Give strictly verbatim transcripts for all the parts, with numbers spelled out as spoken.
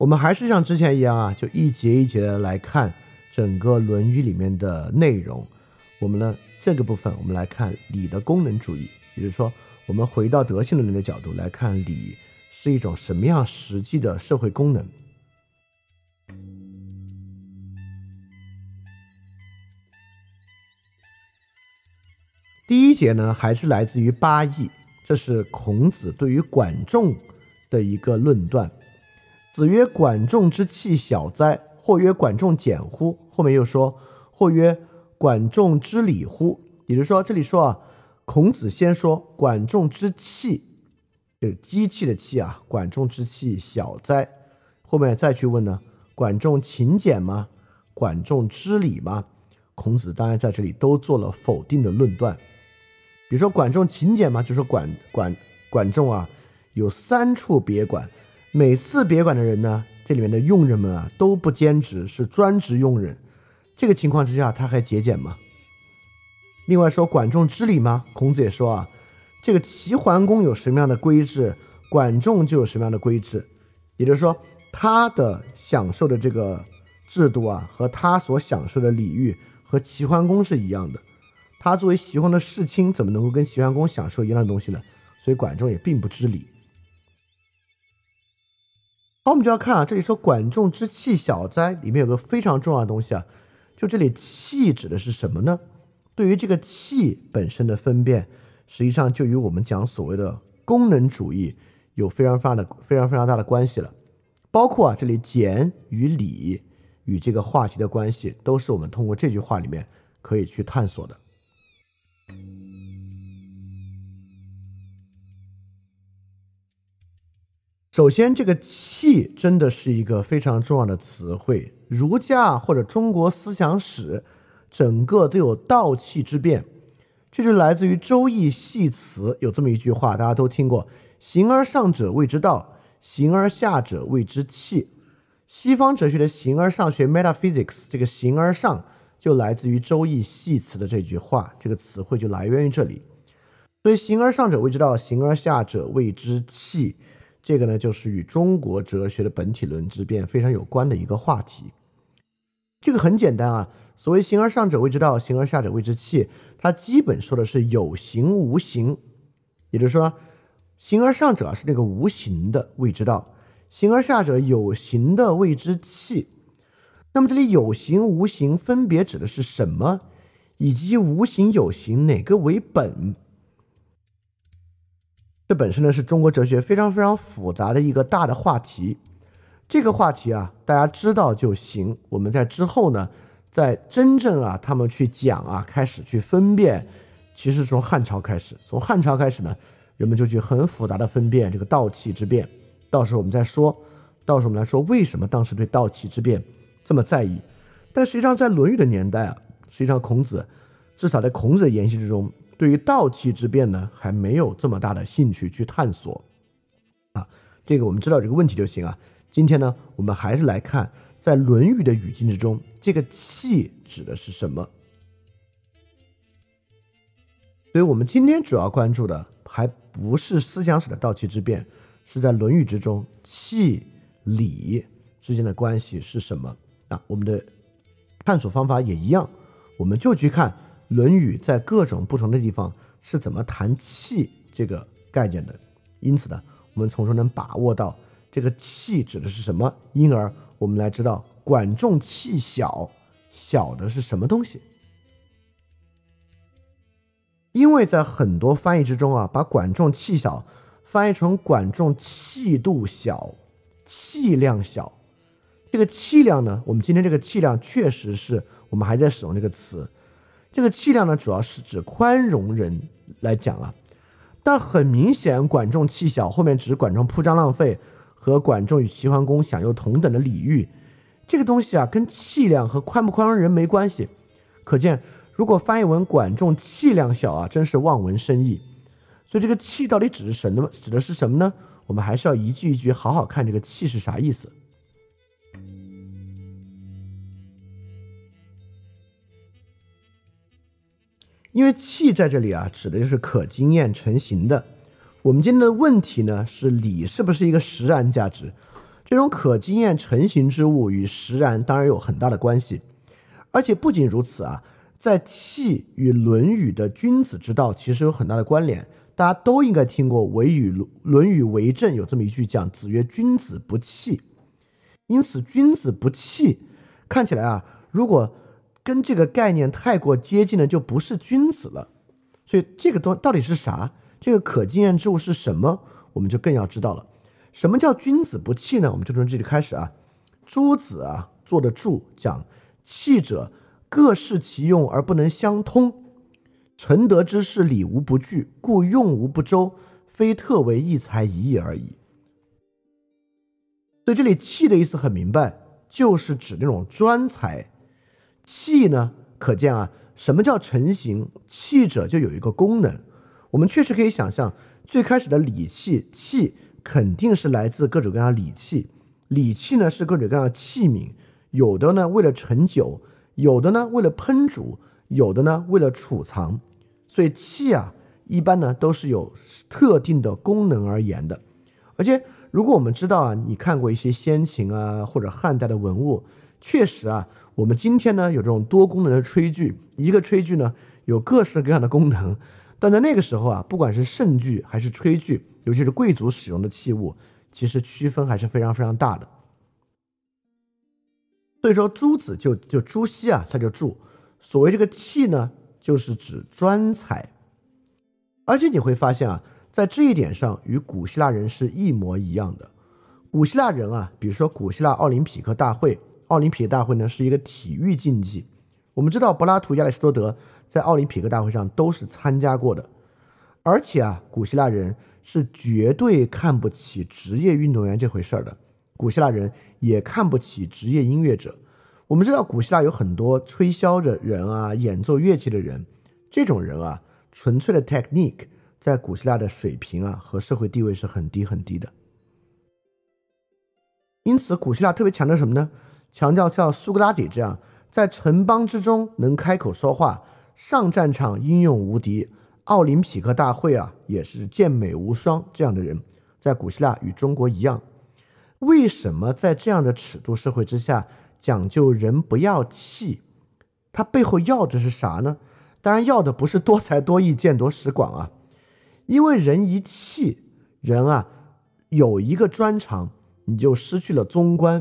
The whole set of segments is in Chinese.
们还是像之前一样啊，就一节一节的来看整个《论语》里面的内容。我们呢，这个部分我们来看礼的功能主义，也就是说，我们回到德性论的角度来看礼是一种什么样实际的社会功能。第一节呢，还是来自于八佾，这是孔子对于管仲的一个论断。子曰：管仲之器小哉，或曰管仲简乎，后面又说或曰管仲之礼乎。也就是说，这里说啊，孔子先说管仲之器，这个机器的器啊，管仲之器小哉，后面再去问呢，管仲勤俭吗？管仲知礼吗？孔子当然在这里都做了否定的论断。比如说管仲勤俭吗？就说管管管仲啊，有三处别管，每次别管的人呢，这里面的用人们啊都不兼职，是专职用人。这个情况之下，他还节俭吗？另外说管仲知礼吗？孔子也说啊，这个齐桓公有什么样的规制，管仲就有什么样的规制。也就是说，他的享受的这个制度啊，和他所享受的礼遇和齐桓公是一样的。他作为齐桓的世卿，怎么能够跟齐桓公享受一样的东西呢？所以管仲也并不知礼。好，我们就要看啊，这里说管仲之器小哉，里面有个非常重要的东西啊，就这里器指的是什么呢？对于这个器本身的分辨，实际上就与我们讲所谓的功能主义有非常非常的非常非常大的关系了。包括啊，这里俭与礼与这个话题的关系，都是我们通过这句话里面可以去探索的。首先，这个器真的是一个非常重要的词汇，儒家或者中国思想史整个都有道器之辩，这就来自于周易系辞，有这么一句话大家都听过，形而上者谓之道，形而下者谓之器。西方哲学的形而上学 metaphysics， 这个形而上就来自于周易系辞的这句话，这个词汇就来源于这里。所以形而上者谓之道，形而下者谓之器，这个呢就是与中国哲学的本体论之辩非常有关的一个话题。这个很简单啊，所谓形而上者谓之道，形而下者谓之器，它基本说的是有形无形。也就是说，形而上者是那个无形的谓之道，形而下者有形的谓之器。那么这里有形无形分别指的是什么，以及无形有形哪个为本？这本身呢是中国哲学非常非常复杂的一个大的话题。这个话题啊，大家知道就行。我们在之后呢，在真正啊他们去讲啊，开始去分辨，其实从汉朝开始，从汉朝开始呢，人们就去很复杂的分辨这个道器之辩。到时候我们再说，到时候我们来说为什么当时对道器之辩这么在意。但实际上在《论语》的年代啊，实际上孔子至少在孔子的言行之中，对于道器之辩呢，还没有这么大的兴趣去探索啊。这个我们知道这个问题就行啊。今天呢，我们还是来看在《论语》的语境之中，这个器指的是什么。所以我们今天主要关注的还不是思想史的道器之辩，是在《论语》之中器礼之间的关系是什么啊？我们的探索方法也一样，我们就去看《论语》在各种不同的地方是怎么谈器这个概念的。因此呢，我们从中能把握到这个器指的是什么，因而我们来知道管仲器小，小的是什么东西。因为在很多翻译之中啊，把管仲器小翻译成管仲气度小、气量小。这个气量呢，我们今天这个气量确实是我们还在使用这个词。这个气量呢，主要是指宽容人来讲啊。但很明显，管仲气小后面指管仲铺张浪费和管仲与齐桓公享有同等的礼遇，这个东西啊，跟气量和宽不宽容人没关系。可见，如果翻译文管仲气量小啊，真是望文生义。所以这个气到底指的是什么？指的是什么呢？我们还是要一句一句好好看这个气是啥意思。因为气在这里啊，指的就是可经验成型的。我们今天的问题呢，是礼是不是一个实然价值？ 这种可经验成型之物与实然当然有很大的关系。而且不仅如此啊，在气与《论语》的君子之道其实有很大的关联。大家都应该听过《论语为政》有这么一句讲，子曰君子不器。因此君子不器看起来啊，如果跟这个概念太过接近了，就不是君子了。所以这个到底是啥？这个可经验之物是什么？我们就更要知道了。什么叫君子不器呢？我们就从这里开始啊。诸子啊做的注讲，器者各适其用而不能相通，臣德之事礼无不具，故用无不周，非特为一才一艺而已。所以这里器的意思很明白，就是指那种专才。器呢，可见啊，什么叫成形？器者就有一个功能。我们确实可以想象，最开始的礼器，器肯定是来自各种各样的礼器。礼器呢是各种各样的器皿，有的呢为了盛酒，有的呢为了烹煮，有的呢为了储藏。所以器啊，一般呢都是有特定的功能而言的。而且如果我们知道啊，你看过一些先秦啊或者汉代的文物，确实啊，我们今天呢有这种多功能的炊具，一个炊具呢有各式各样的功能，但在那个时候啊，不管是盛具还是炊具，尤其是贵族使用的器物，其实区分还是非常非常大的。所以说诸子就就朱熹啊，他就注所谓这个器呢，就是指专才。而且你会发现啊，在这一点上与古希腊人是一模一样的。古希腊人啊，比如说古希腊奥林匹克大会，奥林匹克大会呢是一个体育竞技。我们知道柏拉图、亚里士多德在奥林匹克大会上都是参加过的。而且啊，古希腊人是绝对看不起职业运动员这回事的。古希腊人也看不起职业音乐者。我们知道古希腊有很多吹箫的人啊，演奏乐器的人，这种人啊，纯粹的 technique 在古希腊的水平啊和社会地位是很低很低的。因此古希腊特别强调什么呢？强调像苏格拉底这样在城邦之中能开口说话，上战场英勇无敌，奥林匹克大会啊也是健美无双，这样的人在古希腊与中国一样。为什么在这样的尺度社会之下讲究人不要器？它背后要的是啥呢？当然要的不是多才多艺、见多识广啊，因为人一器，人啊有一个专长，你就失去了宗观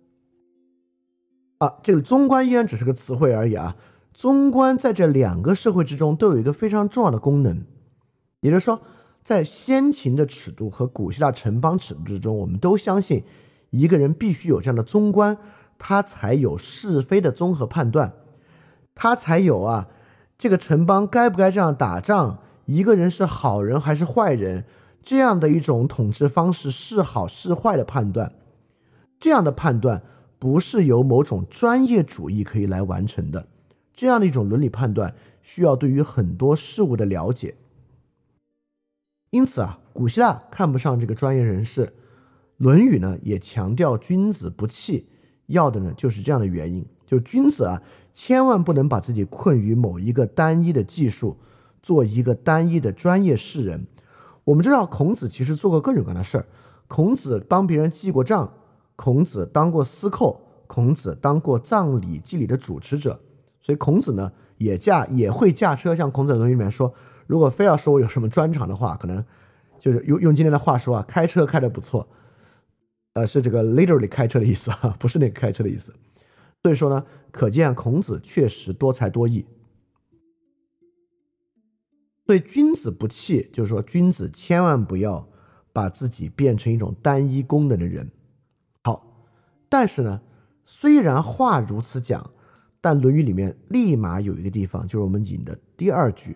啊。这个宗观依然只是个词汇而已啊。宗观在这两个社会之中都有一个非常重要的功能，也就是说，在先秦的尺度和古希腊城邦尺度之中，我们都相信一个人必须有这样的宗观，他才有是非的综合判断，他才有啊这个城邦该不该这样打仗，一个人是好人还是坏人，这样的一种统治方式是好是坏的判断。这样的判断不是由某种专业主义可以来完成的，这样的一种伦理判断需要对于很多事物的了解。因此啊，古希腊看不上这个专业人士，《论语》呢也强调君子不器，要的呢就是这样的原因，就是君子啊千万不能把自己困于某一个单一的技术，做一个单一的专业士人。我们知道孔子其实做过各种各样的事儿，孔子帮别人记过账，孔子当过司寇，孔子当过葬礼祭礼的主持者，所以孔子呢也驾也会驾车，像孔子的《论语》里面说，如果非要说我有什么专长的话，可能就是用用今天的话说啊，开车开得不错，呃，是这个 literally 开车的意思啊，不是那个开车的意思。所以说呢，可见孔子确实多才多艺。所以君子不器，就是说君子千万不要把自己变成一种单一功能的人。好，但是呢，虽然话如此讲，但《论语》里面立马有一个地方，就是我们引的第二句。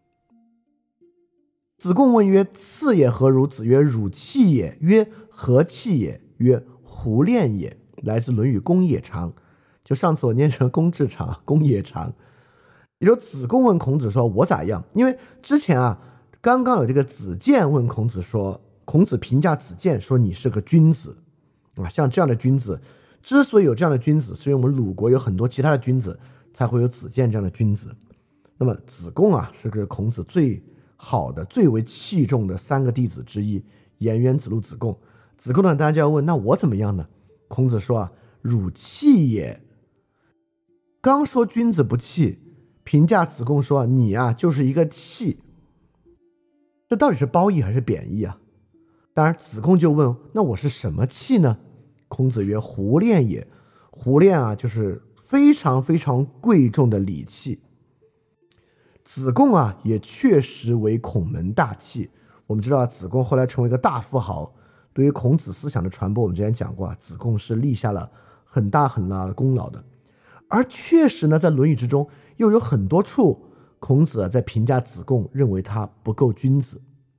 子贡问曰：次也何如？子曰：汝器也。曰：何器也？曰：胡练也。来自《论语·公冶长》。就上次我念成公冶长，公冶长。也就子贡问孔子说：我咋样？因为之前啊，刚刚有这个子建问孔子说，孔子评价子建说你是个君子啊，像这样的君子，之所以有这样的君子，是因为我们鲁国有很多其他的君子，才会有子建这样的君子。那么子贡啊，是个孔子最好的、最为器重的三个弟子之一，颜渊、子路、子贡。 子贡呢，大家就要问，那我怎么样呢？孔子说啊，汝弃也。刚说君子不器，评价子贡说你啊就是一个器。这到底是褒义还是贬义啊？当然子贡就问，那我是什么器呢？孔子曰，胡练也。胡练啊就是非常非常贵重的礼器。子贡啊也确实为孔门大器。我们知道子贡后来成为一个大富豪，对于孔子思想的传播，我们之前讲过，子贡是立下了很大很大的功劳的。而确实呢，在《论语》之中又有很多处，孔子啊在评价子贡，认为他不够君子。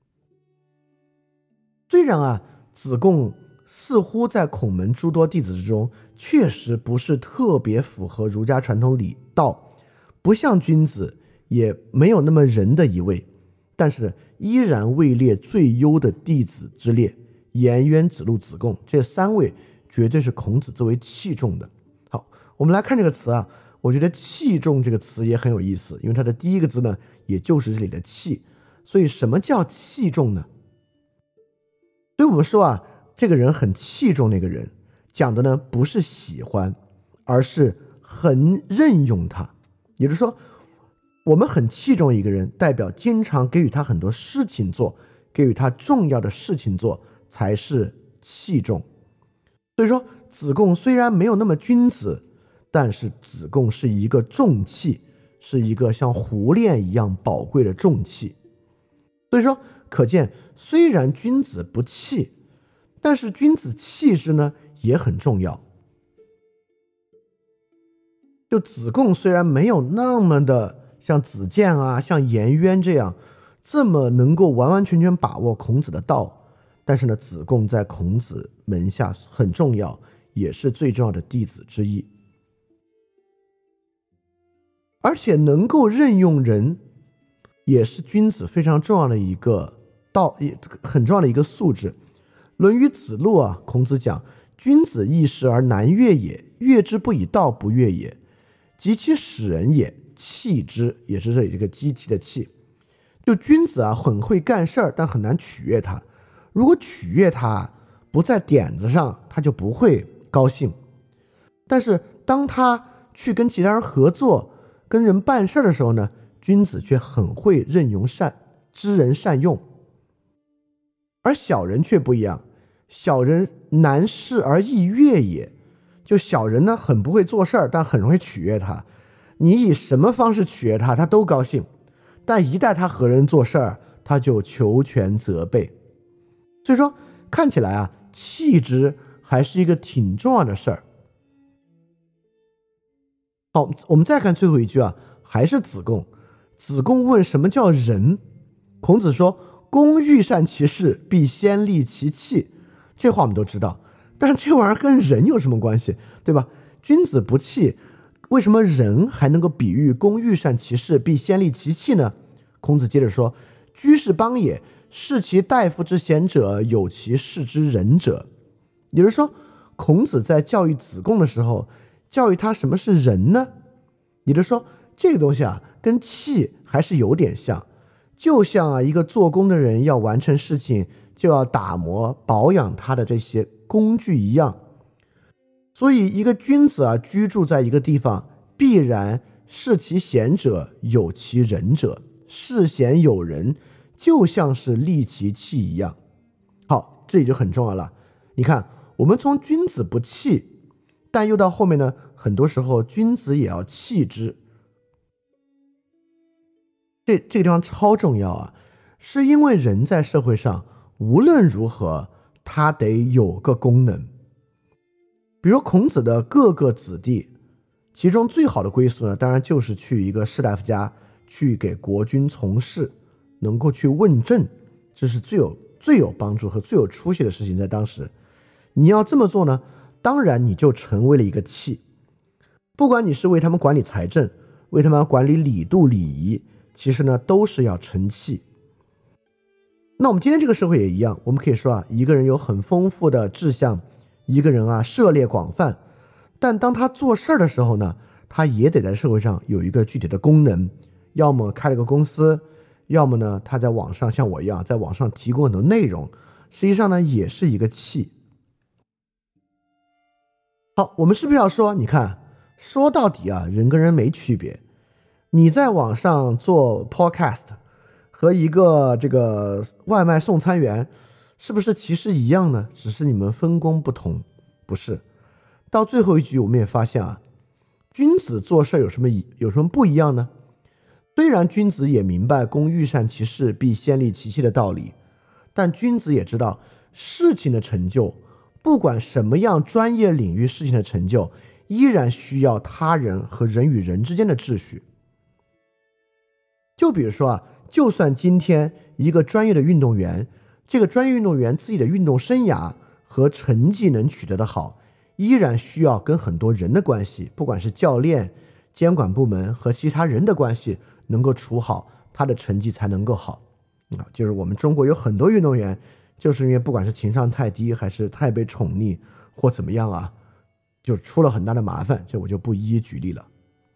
虽然啊，子贡似乎在孔门诸多弟子之中，确实不是特别符合儒家传统礼道，不像君子，也没有那么仁的一位，但是依然位列最优的弟子之列。颜渊、子路、子贡这三位绝对是孔子作为器重的。好，我们来看这个词啊，我觉得器重这个词也很有意思，因为它的第一个字呢，也就是这里的器。所以什么叫器重呢？所以我们说啊，这个人很器重那个人，讲的呢不是喜欢，而是很任用他。也就是说，我们很器重一个人，代表经常给予他很多事情做，给予他重要的事情做，才是器重。所以说子贡虽然没有那么君子，但是子贡是一个重器，是一个像胡练一样宝贵的重器。所以说可见，虽然君子不器，但是君子气质呢也很重要。就子贡虽然没有那么的像子建啊、像颜渊这样这么能够完完全全把握孔子的道，但是呢，子贡在孔子门下很重要，也是最重要的弟子之一。而且能够任用人，也是君子非常重要的一个道，很重要的一个素质。《论语·子路》啊，孔子讲：“君子易事而难悦也，悦之不以道，不悦也。及其使人也，器之。”也是这里这个机器的器。就君子啊，很会干事儿，但很难取悦他。如果取悦他不在点子上，他就不会高兴。但是当他去跟其他人合作、跟人办事的时候呢，君子却很会任用善知人善用。而小人却不一样，小人难事而易悦也。就小人呢，很不会做事儿，但很容易取悦他。你以什么方式取悦他，他都高兴。但一旦他和人做事儿，他就求全责备。所以说，看起来啊，气质还是一个挺重要的事儿。好，我们再看最后一句啊，还是子贡。子贡问什么叫仁？孔子说：“公欲善其事，必先利其器。”这话我们都知道，但是这玩意儿跟仁有什么关系，对吧？君子不器，为什么仁还能够比喻公欲善其事，必先利其器呢？孔子接着说：“居士邦也，视其大夫之贤者，有其事之仁者。”也就是说，孔子在教育子贡的时候，教育他什么是仁呢？也就是说，这个东西啊，跟器还是有点像。就像啊，一个做工的人要完成事情，就要打磨保养他的这些工具一样。所以一个君子啊，居住在一个地方，必然视其贤者，有其仁者。视贤有人，就像是利其器一样。好，这里就很重要了。你看，我们从君子不器，但又到后面呢，很多时候君子也要器之。这这个地方超重要啊，是因为人在社会上无论如何，他得有个功能。比如孔子的各个子弟，其中最好的归宿呢，当然就是去一个士大夫家，去给国君从事，能够去问政，这是最有最有帮助和最有出息的事情。在当时，你要这么做呢，当然你就成为了一个器。不管你是为他们管理财政，为他们管理礼度礼仪，其实呢都是要成器。那我们今天这个社会也一样，我们可以说啊，一个人有很丰富的志向，一个人啊涉猎广泛，但当他做事儿的时候呢，他也得在社会上有一个具体的功能，要么开了个公司，要么呢他在网上像我一样，在网上提供很多内容， 实际上呢也是一个气。好，我们是不是要说，你看，说到底啊，人跟人没区别。你在网上做 podcast 和一个这个外卖送餐员，是不是其实一样呢？只是你们分工不同，不是。到最后一句，我们也发现啊，君子做事有什么有什么不一样呢？虽然君子也明白工欲善其事，必先利其器的道理，但君子也知道事情的成就，不管什么样专业领域事情的成就，依然需要他人和人与人之间的秩序。就比如说啊，就算今天一个专业的运动员，这个专业运动员自己的运动生涯和成绩能取得的好，依然需要跟很多人的关系，不管是教练、监管部门和其他人的关系能够处好，他的成绩才能够好啊。就是我们中国有很多运动员，就是因为不管是情商太低，还是太被宠溺或怎么样啊，就出了很大的麻烦，这我就不一一举例了。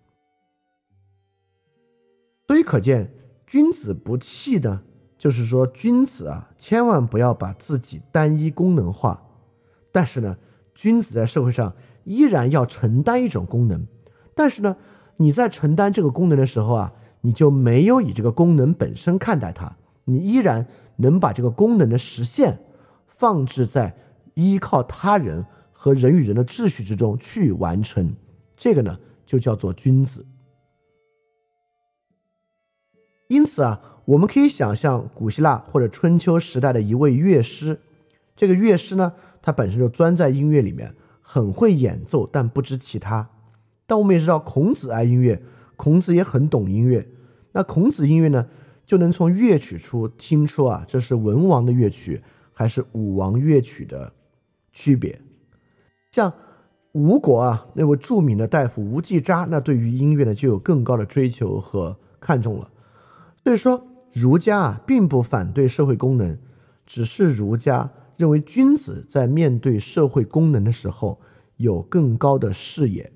所以可见君子不器呢，就是说君子啊，千万不要把自己单一功能化，但是呢，君子在社会上依然要承担一种功能，但是呢，你在承担这个功能的时候啊，你就没有以这个功能本身看待它，你依然能把这个功能的实现放置在依靠他人和人与人的秩序之中去完成，这个呢就叫做君子。因此啊，我们可以想象古希腊或者春秋时代的一位乐师，这个乐师呢，他本身就钻在音乐里面，很会演奏，但不知其他。但我们也知道孔子爱音乐，孔子也很懂音乐，那孔子音乐呢，就能从乐曲出听出啊，这是文王的乐曲还是武王乐曲的区别。像吴国啊那位著名的大夫吴季札，那对于音乐呢就有更高的追求和看重了。所以说儒家啊并不反对社会功能，只是儒家认为君子在面对社会功能的时候有更高的视野。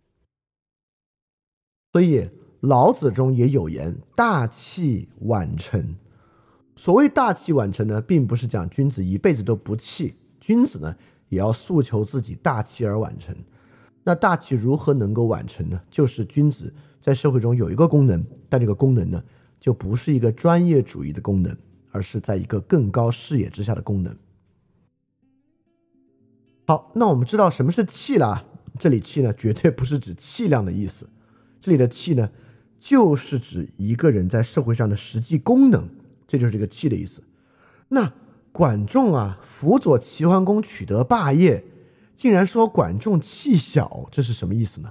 所以老子中也有言，大器晚成。所谓大器晚成呢，并不是讲君子一辈子都不器，君子呢也要诉求自己大器而晚成。那大器如何能够晚成呢？就是君子在社会中有一个功能，但这个功能呢就不是一个专业主义的功能，而是在一个更高视野之下的功能。好，那我们知道什么是气了，这里气呢绝对不是指气量的意思，这里的气呢就是指一个人在社会上的实际功能，这就是这个气的意思。那管仲啊辅佐齐桓公取得霸业，竟然说管仲气小，这是什么意思呢？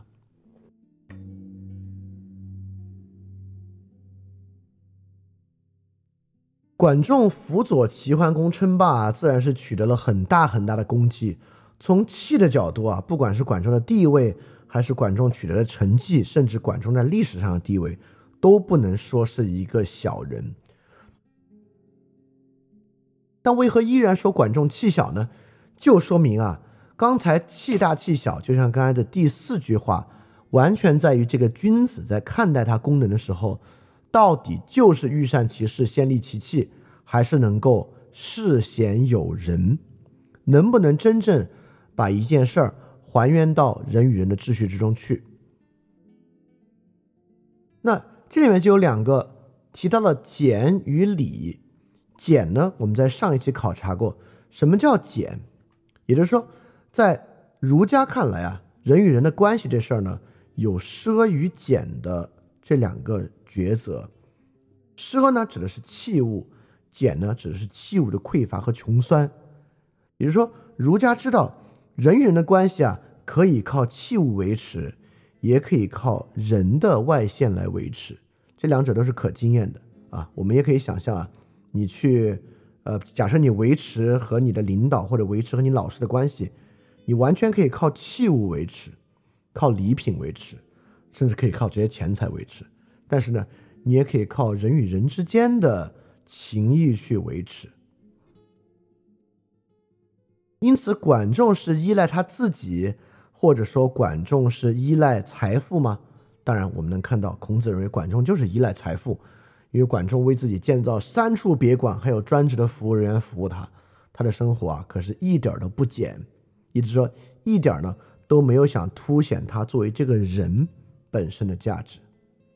管仲辅佐齐桓公称霸啊，自然是取得了很大很大的功绩。从气的角度啊，不管是管仲的地位，还是管仲取得的成绩，甚至管仲在历史上的地位，都不能说是一个小人。但为何依然说管仲气小呢？就说明啊，刚才气大气小，就像刚才的第四句话，完全在于这个君子在看待他功能的时候，到底就是欲善其事，先利其器，还是能够事贤有人，能不能真正把一件事儿还原到人与人的秩序之中去。那这里面就有两个提到了俭与礼。俭呢，我们在上一期考察过，什么叫俭？也就是说，在儒家看来啊，人与人的关系这事儿呢，有奢与俭的这两个抉择。奢呢指的是器物，俭呢指的是器物的匮乏和穷酸。也就是说，儒家知道人与人的关系啊，可以靠器物维持，也可以靠人的外现来维持，这两者都是可经验的啊。我们也可以想象啊，你去呃，假设你维持和你的领导或者维持和你老师的关系，你完全可以靠器物维持，靠礼品维持，甚至可以靠这些钱财维持。但是呢，你也可以靠人与人之间的情谊去维持。因此管仲是依赖他自己，或者说管仲是依赖财富吗？当然我们能看到孔子认为管仲就是依赖财富，因为管仲为自己建造三处别馆，还有专职的服务人员服务他， 他的生活啊可是一点都不简，也就是说一点呢都没有想凸显他作为这个人本身的价值。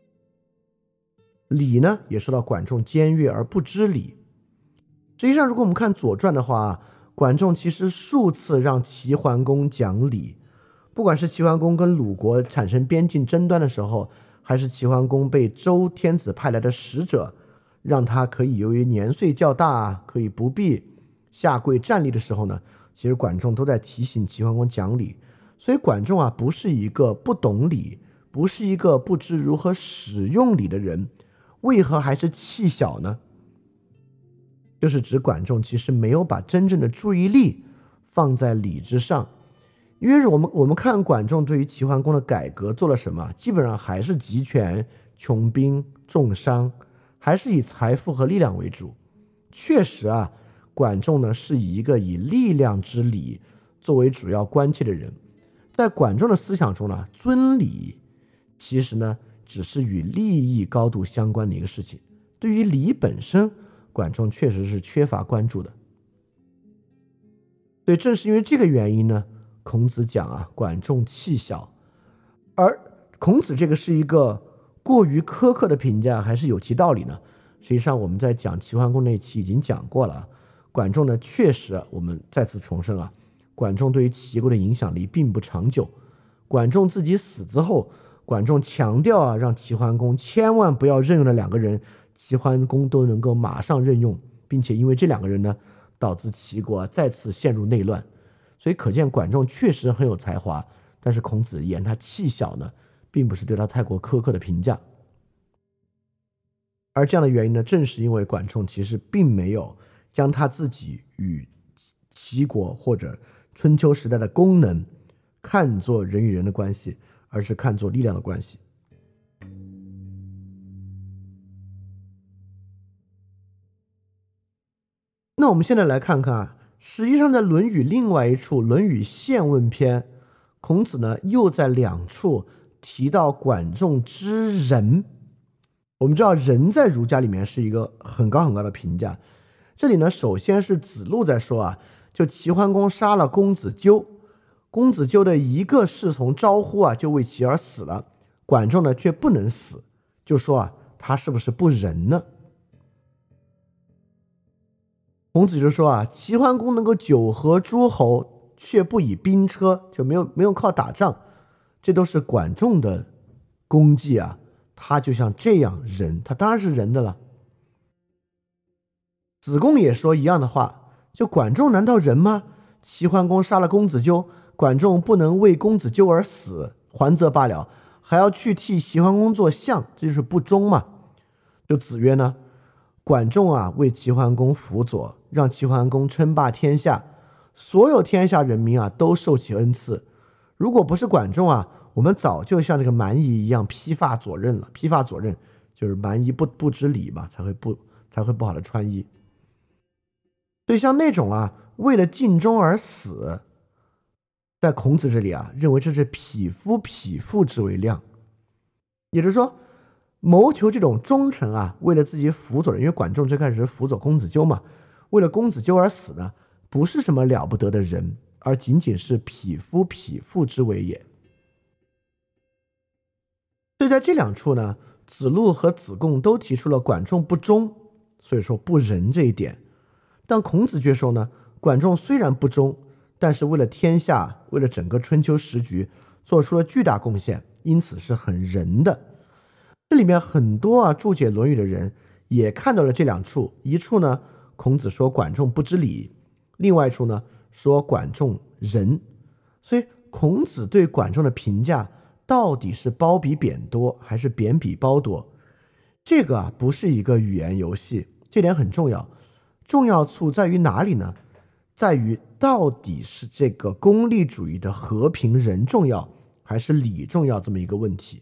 礼呢也说到管仲僭越而不知礼。实际上如果我们看左传的话，管仲其实数次让齐桓公讲礼，不管是齐桓公跟鲁国产生边境争端的时候，还是齐桓公被周天子派来的使者让他可以由于年岁较大可以不必下跪站立的时候呢，其实管仲都在提醒齐桓公讲礼。所以管仲啊不是一个不懂礼，不是一个不知如何使用礼的人，为何还是气小呢？就是指管仲其实没有把真正的注意力放在礼之上。因为我们我们看管仲对于齐桓公的改革做了什么，基本上还是集权、穷兵、重商，还是以财富和力量为主。确实啊，管仲呢是以一个以力量之礼作为主要关切的人。在管仲的思想中呢，尊礼其实呢只是与利益高度相关的一个事情，对于礼本身管仲确实是缺乏关注的。对，正是因为这个原因呢，孔子讲啊，管仲气小。而孔子这个是一个过于苛刻的评价，还是有其道理呢？实际上我们在讲齐桓公那一期已经讲过了，管仲呢确实，我们再次重申啊，管仲对于齐国的影响力并不长久。管仲自己死之后，管仲强调啊，让齐桓公千万不要任用的两个人，齐桓公都能够马上任用，并且因为这两个人呢，导致齐国再次陷入内乱。所以可见管仲确实很有才华，但是孔子言他气小呢，并不是对他太过苛刻的评价。而这样的原因呢，正是因为管仲其实并没有将他自己与齐国或者春秋时代的功能看作人与人的关系，而是看作力量的关系。那我们现在来看看啊，实际上在《论语》另外一处《论语宪问篇》，孔子呢又在两处提到管仲之仁。我们知道仁在儒家里面是一个很高很高的评价。这里呢，首先是子路在说啊，就齐桓公杀了公子纠，公子纠的一个侍从招呼啊，就为其而死了，管仲呢却不能死，就说啊，他是不是不仁呢？孔子就说啊，齐桓公能够九合诸侯，却不以兵车，就没有没有靠打仗，这都是管仲的功绩啊。他就像这样仁，他当然是仁的了。子贡也说一样的话，就管仲难道仁吗？齐桓公杀了公子纠，管仲不能为公子纠而死，还则罢了，还要去替齐桓公做相，这就是不忠嘛。就子曰呢，管仲啊为齐桓公辅佐，让齐桓公称霸天下，所有天下人民啊都受其恩赐。如果不是管仲啊，我们早就像这个蛮夷一样披发左衽了。披发左衽就是蛮夷不不知礼嘛，才会不才会不好的穿衣。所以像那种啊为了尽忠而死，在孔子这里啊认为这是匹夫匹妇之为量。也就是说，谋求这种忠诚啊，为了自己辅佐人，因为管仲最开始是辅佐公子纠嘛，为了公子纠而死呢，不是什么了不得的人，而仅仅是匹夫匹妇之为也。所以在这两处呢，子路和子贡都提出了管仲不忠，所以说不仁这一点。但孔子却说呢，管仲虽然不忠，但是为了天下，为了整个春秋时局做出了巨大贡献，因此是很仁的。这里面很多啊注解《论语》的人也看到了这两处，一处呢孔子说管仲不知礼，另外一处呢说管仲仁。所以孔子对管仲的评价到底是褒比贬多还是贬比褒多，这个啊不是一个语言游戏，这点很重要。重要处在于哪里呢？在于到底是这个功利主义的和平仁重要还是礼重要这么一个问题。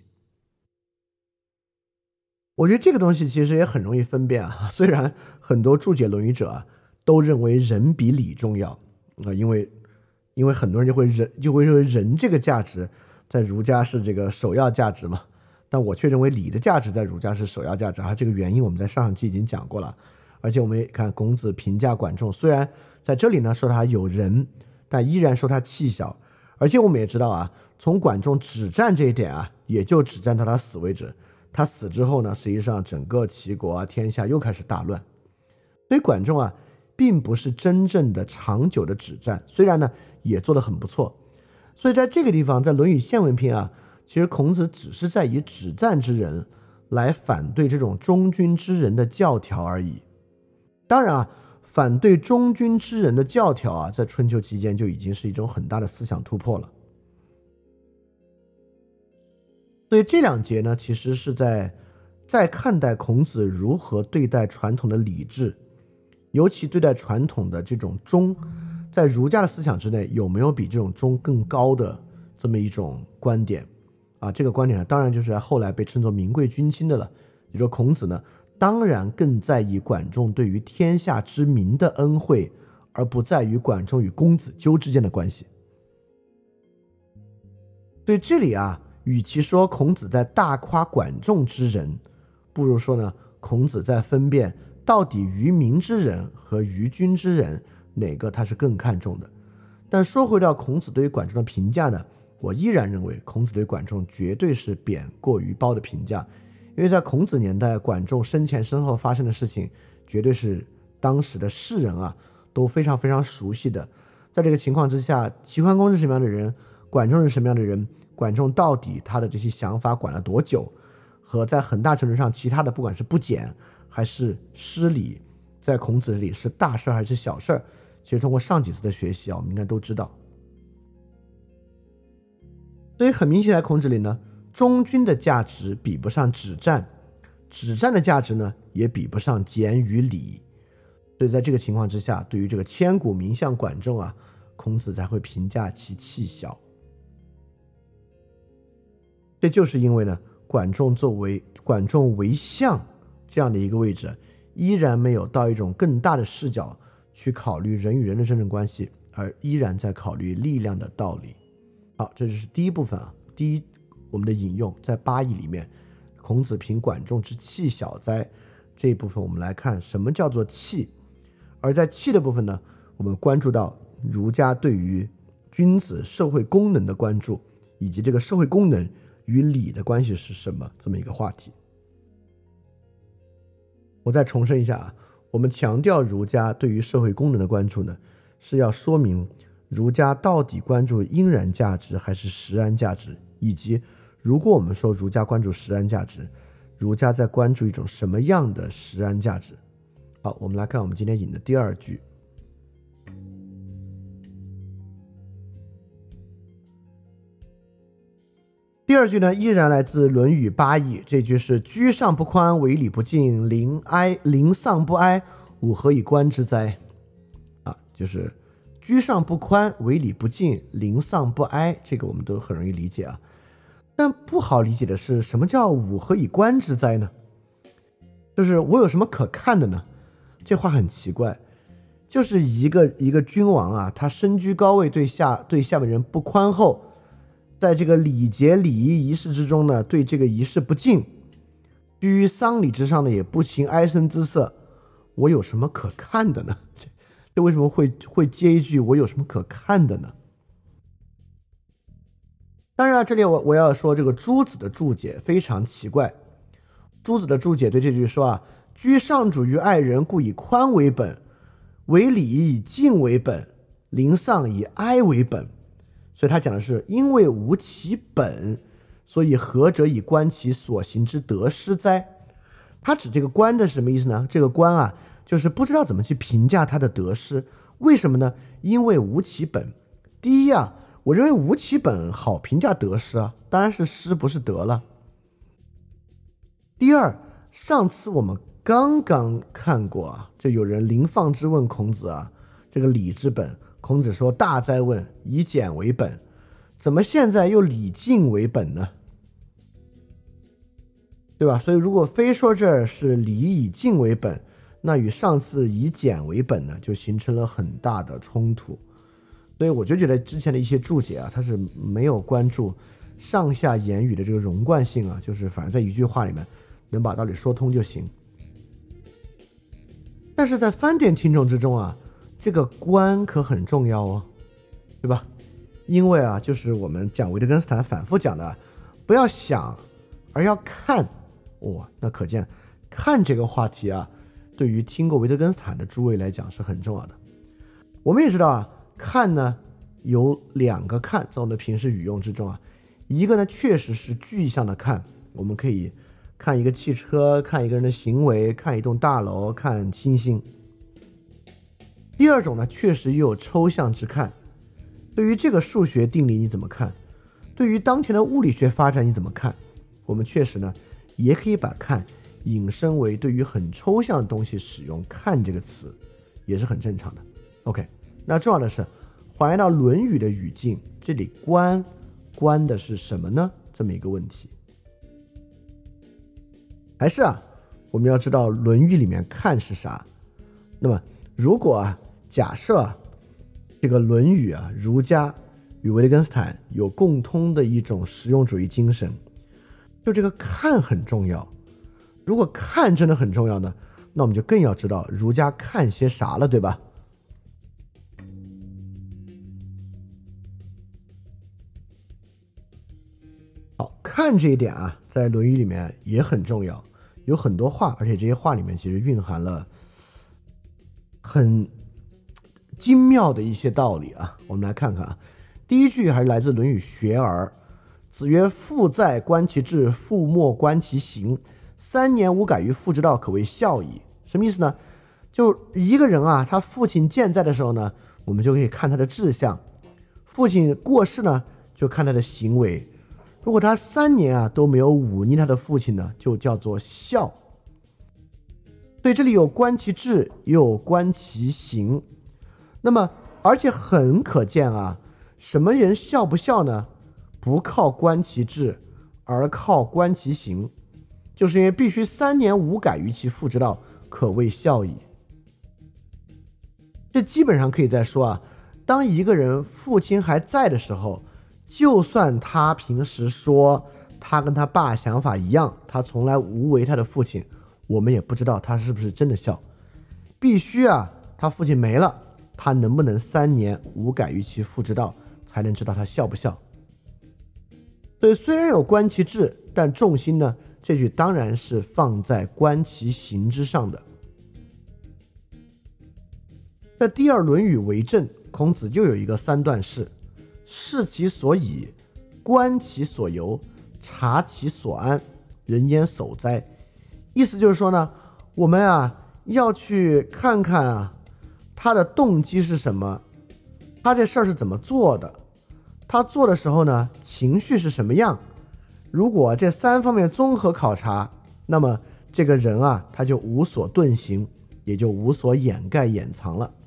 我觉得这个东西其实也很容易分辨啊。虽然很多注解《论语》者啊都认为仁比礼重要啊，因为因为很多人就会仁就会认为仁这个价值在儒家是这个首要价值嘛，但我却认为礼的价值在儒家是首要价值啊。这个原因我们在上上期已经讲过了。 而且我们也看孔子评价管仲，虽然在这里呢说他有仁，但依然说他气小。而且我们也知道啊，从管仲止战这一点啊，也就止战到他死为止。他死之后呢，实际上整个齐国啊天下又开始大乱。所以管仲啊并不是真正的长久的止战，虽然呢也做得很不错。所以在这个地方，在《论语宪文篇》啊，其实孔子只是在以止战之人来反对这种忠君之人的教条而已。当然啊，反对忠君之人的教条啊，在春秋期间就已经是一种很大的思想突破了。所以这两节呢，其实是在在看待孔子如何对待传统的礼制，尤其对待传统的这种忠，在儒家的思想之内有没有比这种忠更高的这么一种观点啊？这个观点呢，当然就是后来被称作名贵君亲的了。也就是孔子呢，当然更在意管仲对于天下之民的恩惠，而不在于管仲与公子纠之间的关系。所以这里啊，与其说孔子在大夸管仲之人，不如说呢，孔子在分辨到底于民之人和于君之人哪个他是更看重的。但说回到孔子对于管仲的评价呢，我依然认为孔子对管仲绝对是贬过于褒的评价。因为在孔子年代，管仲生前身后发生的事情绝对是当时的世人啊都非常非常熟悉的。在这个情况之下，齐桓公是什么样的人，管仲是什么样的人，管仲到底他的这些想法管了多久，和在很大程度上其他的不管是不检还是失礼，在孔子这里是大事还是小事，其实通过上几次的学习啊，我们应该都知道。所以很明显，在孔子里呢，忠君的价值比不上止战，止战的价值呢也比不上简与礼。所以在这个情况之下，对于这个千古名相管仲啊，孔子才会评价其气小。这就是因为呢，管仲作为管仲为相这样的一个位置，依然没有到一种更大的视角去考虑人与人的真正关系，而依然在考虑力量的道理。好，这就是第一部分啊。第一，我们的引用在八义里面，孔子评管仲之气小哉这一部分，我们来看什么叫做气。而在气的部分呢，我们关注到儒家对于君子社会功能的关注，以及这个社会功能与礼的关系是什么这么一个话题。我再重申一下啊，我们强调儒家对于社会功能的关注呢，是要说明儒家到底关注应然价值还是实然价值，以及如果我们说儒家关注实然价值，儒家在关注一种什么样的实然价值。好，我们来看我们今天引的第二句。第二句呢，依然来自《论语八义》，这句是居上不宽，为礼不敬，临哀临丧不哀，吾何以观之哉？啊，就是居上不宽，为礼不敬，临丧不哀，这个我们都很容易理解啊。但不好理解的是，什么叫吾何以观之哉呢？就是我有什么可看的呢？这话很奇怪，就是一个一个君王啊，他身居高位，对下对下面人不宽厚，在这个礼节礼仪仪式之中呢，对这个仪式不敬，居于丧礼之上呢，也不行哀声之色。我有什么可看的呢？这这为什么会会接一句我有什么可看的呢？当然啊，这里我我要说这个朱子的注解非常奇怪。朱子的注解对这句说啊，居上主于爱人，故以宽为本，为礼以敬为本，临丧以哀为本。所以他讲的是，因为无其本，所以何者以观其所行之得失哉？他指这个观的是什么意思呢？这个观啊，就是不知道怎么去评价他的得失。为什么呢？因为无其本。第一啊，我认为无其本好评价得失啊，当然是失不是得了。第二，上次我们刚刚看过啊，就有人临放之问孔子啊，这个礼之本，孔子说大哉问，以简为本，怎么现在又礼敬为本呢？对吧？所以如果非说这是礼以敬为本，那与上次以简为本呢，就形成了很大的冲突。所以我就觉得之前的一些注解啊，它是没有关注上下言语的这个融贯性啊，就是反正在一句话里面能把道理说通就行。 但是在饭店听众之中啊，这个观可很重要哦，对吧？因为啊，就是我们讲维特根斯坦反复讲的，不要想，而要看。哦，那可见看这个话题啊，对于听过维特根斯坦的诸位来讲是很重要的。我们也知道啊，看呢有两个看，在我们的平时语用之中啊，一个呢确实是具象的看，我们可以看一个汽车，看一个人的行为，看一栋大楼，看星星。第二种呢，确实也有抽象之看，对于这个数学定理你怎么看？对于当前的物理学发展你怎么看？我们确实呢，也可以把看引申为对于很抽象的东西使用看这个词，也是很正常的。OK， 那重要的是还原到《论语》的语境，这里观观的是什么呢？这么一个问题。还是啊，我们要知道《论语》里面看是啥。那么如果啊，假设啊，这个《论语》啊，儒家与维特根斯坦有共通的一种实用主义精神，就这个看很重要。如果看真的很重要呢，那我们就更要知道儒家看些啥了，对吧？好，看这一点啊，在《论语》里面也很重要，有很多话，而且这些话里面其实蕴含了很精妙的一些道理啊。我们来看看啊，第一句还是来自《论语·学而》，子曰：“父在，观其志；父莫，观其行。三年无改于父之道，可谓孝矣。”什么意思呢？就一个人啊，他父亲健在的时候呢，我们就可以看他的志向；父亲过世呢，就看他的行为。如果他三年啊都没有忤逆他的父亲呢，就叫做孝。所以这里有观其志，也有观其行。那么，而且很可见啊，什么人孝不孝呢？不靠观其志，而靠观其行，就是因为必须三年无改于其父之道，可谓孝矣。这基本上可以再说啊，当一个人父亲还在的时候，就算他平时说他跟他爸想法一样，他从来无为他的父亲，我们也不知道他是不是真的孝。必须啊，他父亲没了，他能不能三年无改于其父之道，才能知道他孝不孝。所以虽然有观其志，但重心呢，这句当然是放在观其行之上的。在第二《论语为政》，孔子就有一个三段式：视其所以，观其所由，察其所安，人焉守哉？意思就是说呢，我们啊要去看看啊他的动机是什么，他这事儿是怎么做的，他做的时候呢情绪是什么样。如果这三方面综合考察，那么这个人啊他就无所遁形，也就无所掩盖掩藏了。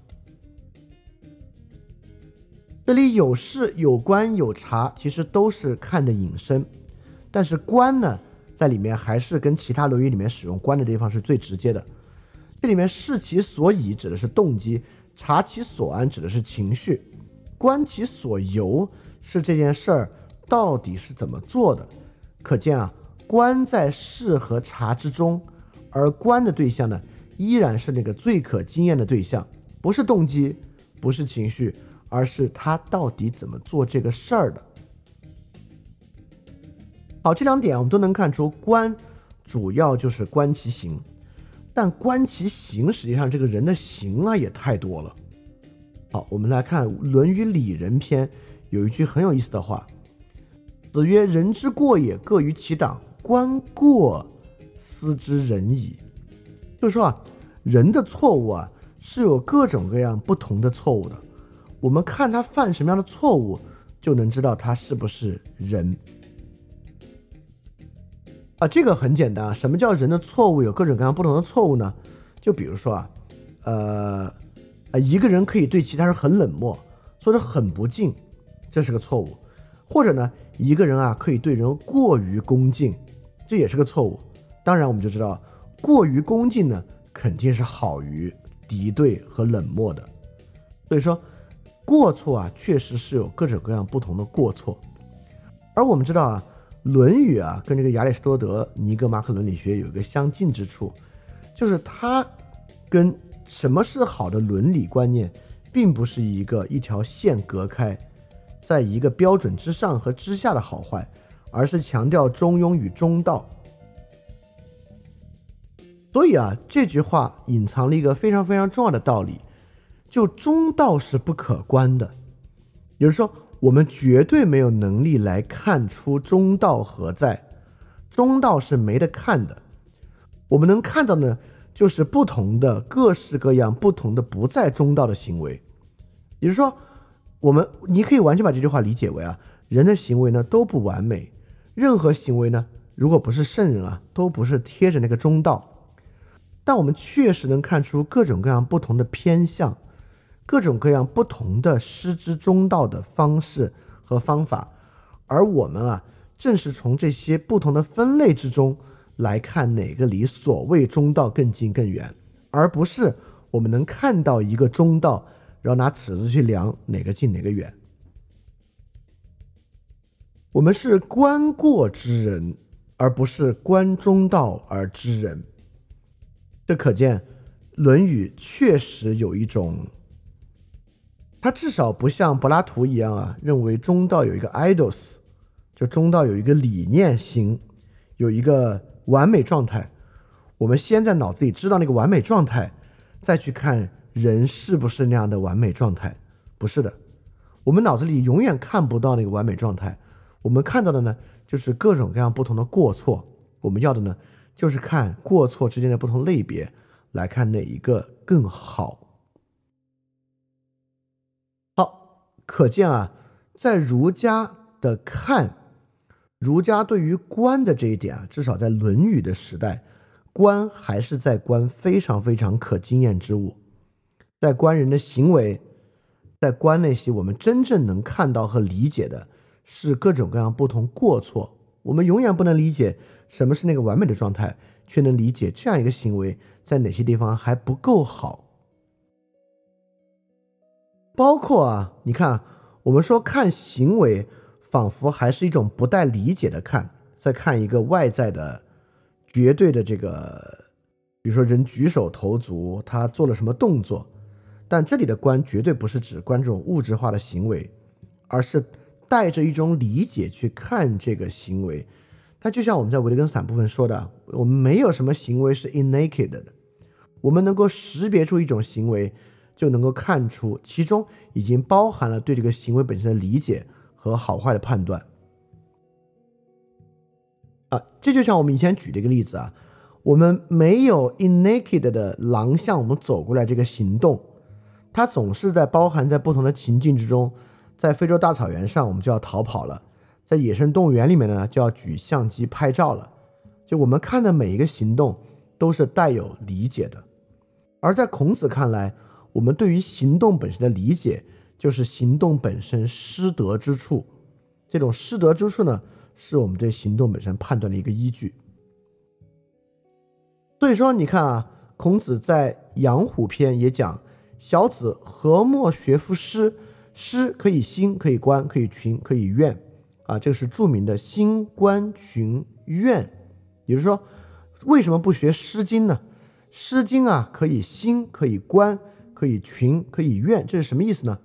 这里有视有观有察，其实都是看的引申，但是观呢在里面还是跟其他论语里面使用观的地方是最直接的。这里面视其所以指的是动机，察其所安指的是情绪，观其所由是这件事儿到底是怎么做的。可见啊，观在视和察之中，而观的对象呢依然是那个最可经验的对象，不是动机，不是情绪，而是他到底怎么做这个事儿的。好，这两点我们都能看出，观主要就是观其行，但观其行实际上这个人的行啊也太多了。好，我们来看《论语里仁篇》有一句很有意思的话：子曰：人之过也，各于其党，观过思之仁矣。就是说啊，人的错误啊是有各种各样不同的错误的，我们看他犯什么样的错误，就能知道他是不是人。啊，这个很简单啊，什么叫人的错误有各种各样不同的错误呢？就比如说啊，呃，呃，一个人可以对其他人很冷漠，或者很不敬，这是个错误；或者呢，一个人啊可以对人过于恭敬，这也是个错误。当然，我们就知道，过于恭敬呢，肯定是好于敌对和冷漠的。所以说，过错啊，确实是有各种各样不同的过错。而我们知道啊，《论语》啊，跟这个亚里士多德尼格马可伦理学有一个相近之处，就是它跟什么是好的伦理观念，并不是一个一条线隔开，在一个标准之上和之下的好坏，而是强调中庸与中道。所以啊，这句话隐藏了一个非常非常重要的道理，就中道是不可观的，也就是说我们绝对没有能力来看出中道何在，中道是没得看的。我们能看到呢，就是不同的各式各样不同的不在中道的行为。也就是说，我们你可以完全把这句话理解为啊，人的行为呢都不完美，任何行为呢，如果不是圣人啊，都不是贴着那个中道。但我们确实能看出各种各样不同的偏向，各种各样不同的失之中道的方式和方法，而我们啊，正是从这些不同的分类之中来看哪个离所谓中道更近更远，而不是我们能看到一个中道，然后拿尺子去量哪个近哪个远。我们是观过之人，而不是观中道而知人。这可见《论语》确实有一种，它至少不像柏拉图一样啊，认为中道有一个 eidos， 就中道有一个理念型，有一个完美状态。我们先在脑子里知道那个完美状态，再去看人是不是那样的完美状态。不是的，我们脑子里永远看不到那个完美状态，我们看到的呢，就是各种各样不同的过错。我们要的呢，就是看过错之间的不同类别，来看哪一个更好。好，可见啊，在儒家的看，儒家对于观的这一点啊，至少在《论语》的时代，观还是在观非常非常可经验之物，在观人的行为，在观那些我们真正能看到和理解的是各种各样不同过错。我们永远不能理解什么是那个完美的状态，却能理解这样一个行为在哪些地方还不够好。包括啊，你看我们说看行为仿佛还是一种不带理解的看，在看一个外在的绝对的这个，比如说人举手投足，他做了什么动作，但这里的观绝对不是指观这种物质化的行为，而是带着一种理解去看这个行为。它就像我们在维特根斯坦部分说的，我们没有什么行为是 innate 的，我们能够识别出一种行为，就能够看出其中已经包含了对这个行为本身的理解和好坏的判断啊。这就像我们以前举的一个例子啊，我们没有 innate 的狼向我们走过来这个行动，它总是在包含在不同的情境之中。在非洲大草原上我们就要逃跑了，在野生动物园里面呢就要举相机拍照了，就我们看的每一个行动都是带有理解的。而在孔子看来，我们对于行动本身的理解就是行动本身失德之处，这种失德之处呢是我们对行动本身判断的一个依据。所以说你看啊，孔子在阳虎篇也讲，小子何莫学夫诗，诗可以心，可以观，可以群，可以怨啊，这是著名的心观群怨。也就是说，为什么不学诗经呢？诗经啊，可以心，可以观，可以群，可以怨，这是什么意思呢？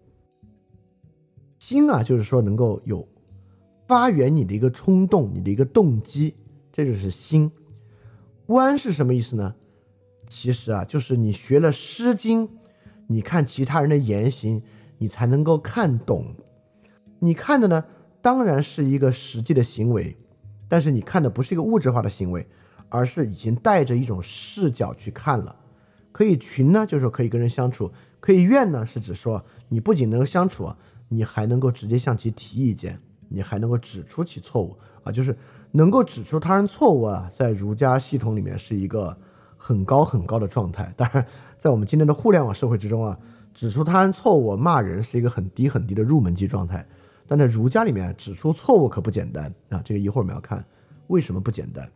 心啊，就是说能够有发源你的一个冲动，你的一个动机，这就是心。观是什么意思呢？其实啊，就是你学了诗经，你看其他人的言行，你才能够看懂。你看的呢，当然是一个实际的行为，但是你看的不是一个物质化的行为，而是已经带着一种视角去看了。可以群呢，就是说可以跟人相处；可以怨呢，是指说你不仅能够相处，你还能够直接向其提意见，你还能够指出其错误啊，就是能够指出他人错误啊，在儒家系统里面是一个很高很高的状态。当然，在我们今天的互联网社会之中啊，指出他人错误、骂人是一个很低很低的入门级状态。但在儒家里面，指出错误可不简单啊！这个一会儿我们要看为什么不简单。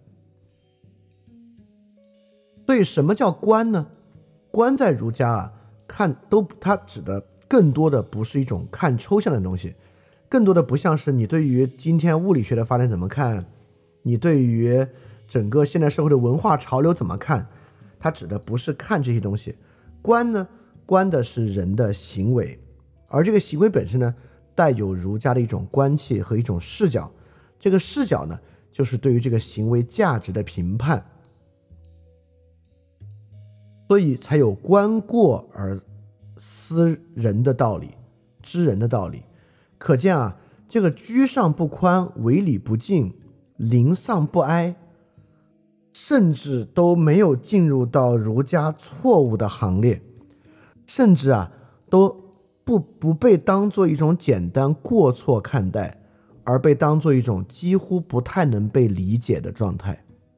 所以什么叫观呢？观在儒家啊，看都它指的更多的不是一种看抽象的东西，更多的不像是你对于今天物理学的发展怎么看，你对于整个现代社会的文化潮流怎么看，它指的不是看这些东西， 观呢，观的是人的行为，而这个行为本身呢，带有儒家的一种观气和一种视角。这个视角呢，就是对于这个行为价值的评判，所以才有观过而思人的道理，知人的道理。可见啊，这个居上不宽，为礼不敬，临丧不哀，甚至都没有进入到儒家错误的行列，甚至啊都不不被当做一种简单过错看待，而被当做一种几乎不太能被理解的状态。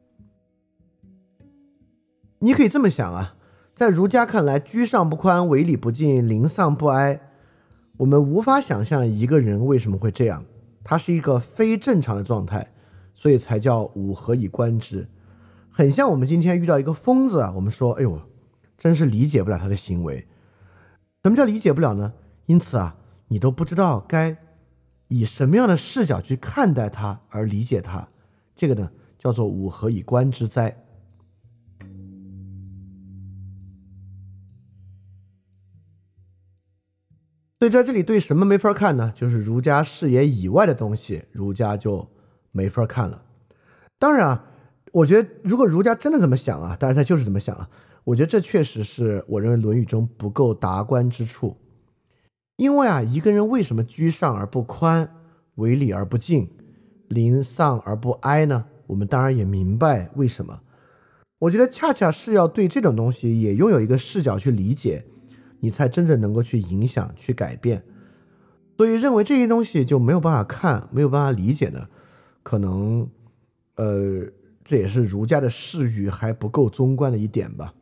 你可以这么想啊，在儒家看来，居上不宽，为礼不敬，临丧不哀，我们无法想象一个人为什么会这样，他是一个非正常的状态，所以才叫吾何以观之。很像我们今天遇到一个疯子啊，我们说哎呦，真是理解不了他的行为。什么叫理解不了呢？因此啊，你都不知道该以什么样的视角去看待他而理解他，这个呢叫做吾何以观之哉。所以在这里对什么没法看呢？就是儒家视野以外的东西，儒家就没法看了。当然啊，我觉得如果儒家真的这么想啊，当然他就是这么想啊，我觉得这确实是我认为《论语》中不够达观之处。因为啊，一个人为什么居上而不宽，为礼而不敬，临丧而不哀呢？我们当然也明白为什么。我觉得恰恰是要对这种东西也拥有一个视角去理解，你才真正能够去影响去改变。所以认为这些东西就没有办法看，没有办法理解呢，可能呃这也是儒家的视域还不够综观的一点吧。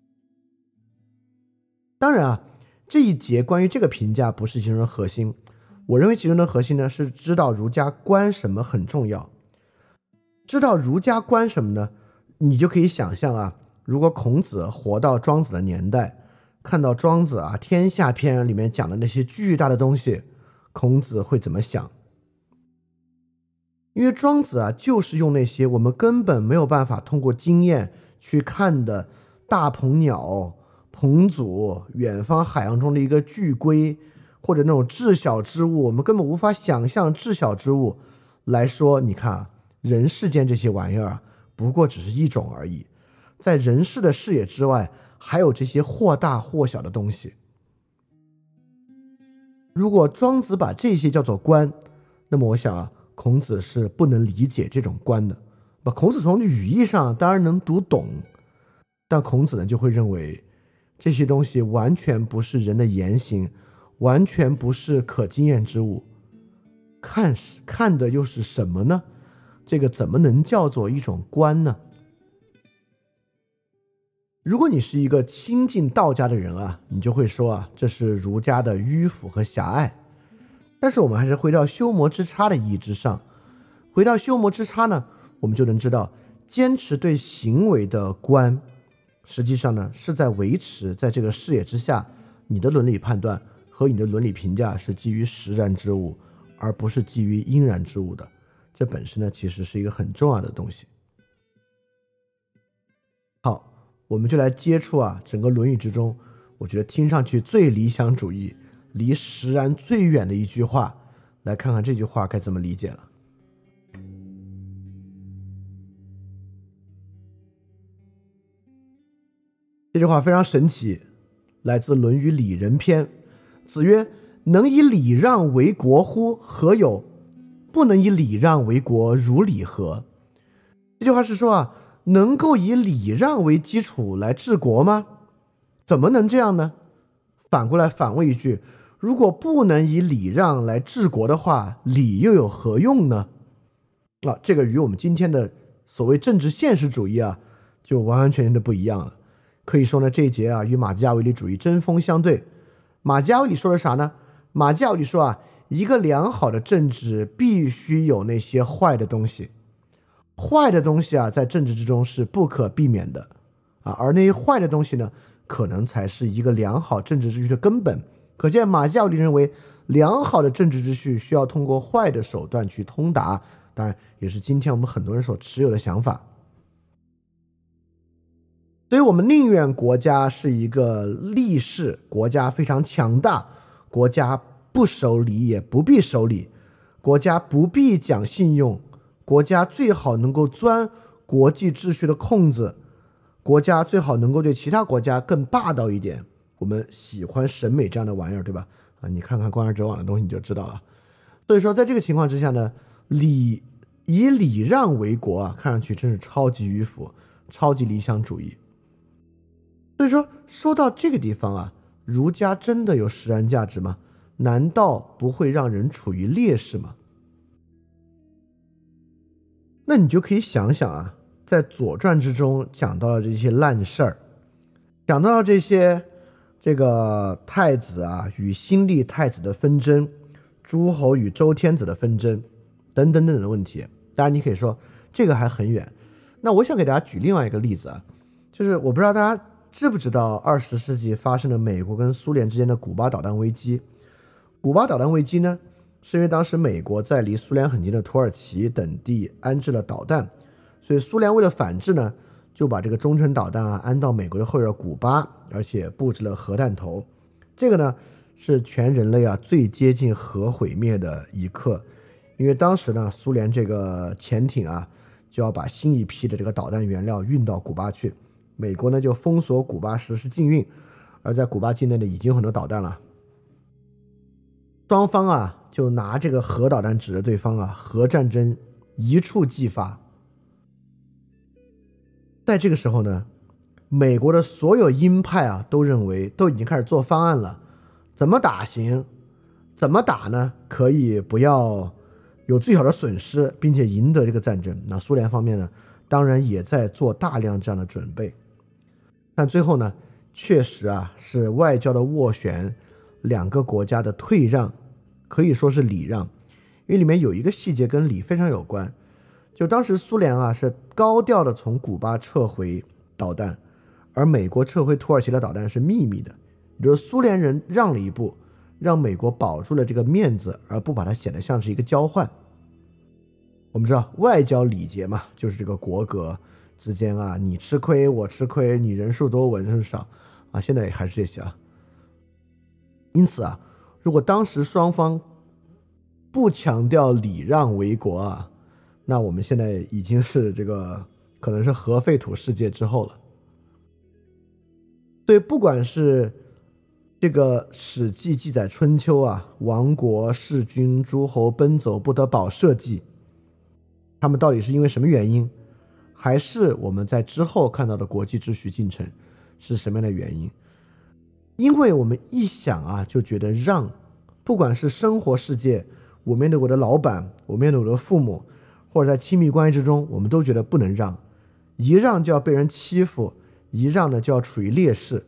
当然啊，这一节关于这个评价不是其中的核心，我认为其中的核心呢是知道儒家观什么很重要。知道儒家观什么呢？你就可以想象啊，如果孔子活到庄子的年代，看到庄子啊《天下篇》里面讲的那些巨大的东西，孔子会怎么想？因为庄子啊就是用那些我们根本没有办法通过经验去看的大鹏鸟、彭祖、远方海洋中的一个巨龟，或者那种至小之物，我们根本无法想象至小之物来说，你看啊，人世间这些玩意儿啊，不过只是一种而已，在人世的视野之外，还有这些或大或小的东西。如果庄子把这些叫做观，那么我想啊，孔子是不能理解这种观的。孔子从语义上当然能读懂，但孔子呢就会认为这些东西完全不是人的言行，完全不是可经验之物。看看的又是什么呢？这个怎么能叫做一种观呢？如果你是一个亲近道家的人啊，你就会说啊，这是儒家的迂腐和狭隘。但是我们还是回到修谟之差的意义之上，回到修谟之差呢，我们就能知道，坚持对行为的观，实际上呢是在维持在这个视野之下，你的伦理判断和你的伦理评价是基于实然之物，而不是基于应然之物的。这本身呢其实是一个很重要的东西。好，我们就来接触啊整个《论语》之中，我觉得听上去最理想主义、离实然最远的一句话，来看看这句话该怎么理解了。这句话非常神奇，来自《论语·里仁篇》。子曰：“能以礼让为国乎？何有？不能以礼让为国，如礼何？”这句话是说啊，能够以礼让为基础来治国吗？怎么能这样呢？反过来反问一句，如果不能以礼让来治国的话，礼又有何用呢？啊，这个与我们今天的所谓政治现实主义啊，就完完全全的不一样了。可以说呢，这一节啊与马基雅维利主义针锋相对。马基雅维利说的啥呢？马基雅维利说啊，一个良好的政治必须有那些坏的东西，坏的东西啊在政治之中是不可避免的啊，而那些坏的东西呢，可能才是一个良好政治秩序的根本。可见马基雅维利认为，良好的政治秩序需要通过坏的手段去通达，当然也是今天我们很多人所持有的想法。 所以我们宁愿国家是一个立世，国家非常强大，国家不守礼也不必守礼，国家不必讲信用，国家最好能够钻国际秩序的空子，国家最好能够对其他国家更霸道一点。我们喜欢审美这样的玩意儿，对吧？啊，你看看观而者网的东西你就知道了。所以说在这个情况之下呢，礼以礼让为国啊，看上去真是超级迂腐，超级理想主义。所以说说到这个地方啊，儒家真的有实然价值吗？难道不会让人处于劣势吗？那你就可以想想啊，在《左传》之中讲到了这些烂事儿，讲到了这些这个太子啊与新立太子的纷争，诸侯与周天子的纷争等等等等的问题。当然你可以说这个还很远，那我想给大家举另外一个例子啊，就是我不知道大家知不知道二十世纪发生的美国跟苏联之间的古巴导弹危机。古巴导弹危机呢，是因为当时美国在离苏联很近的土耳其等地安置了导弹，所以苏联为了反制呢，就把这个中程导弹啊安到美国的后院古巴，而且布置了核弹头。这个呢是全人类啊最接近核毁灭的一刻，因为当时呢苏联这个潜艇啊就要把新一批的这个导弹原料运到古巴去，美国呢就封锁古巴实施禁运，而在古巴境内呢已经有很多导弹了。双方啊就拿这个核导弹指着对方啊，核战争一触即发。在这个时候呢，美国的所有鹰派啊都认为都已经开始做方案了，怎么打行？怎么打呢？可以不要有最小的损失，并且赢得这个战争。那苏联方面呢，当然也在做大量这样的准备。但最后呢，确实啊是外交的斡旋，两个国家的退让，可以说是礼让，因为里面有一个细节跟礼非常有关。就当时苏联啊是高调的从古巴撤回导弹，而美国撤回土耳其的导弹是秘密的，也就是苏联人让了一步，让美国保住了这个面子，而不把它显得像是一个交换。我们知道外交礼节嘛，就是这个国格之间啊，你吃亏我吃亏，你人数多我人数少啊，现在还是这些啊。因此啊，如果当时双方不强调礼让为国啊，那我们现在已经是这个可能是核废土世界之后了。所以不管是这个史记记载春秋啊，亡国弑君诸侯奔走不得保社稷，他们到底是因为什么原因，还是我们在之后看到的国际秩序进程是什么样的原因？因为我们一想啊就觉得让，不管是生活世界，我面对我的老板，我面对我的父母，或者在亲密关系之中，我们都觉得不能让，一让就要被人欺负，一让呢就要处于劣势。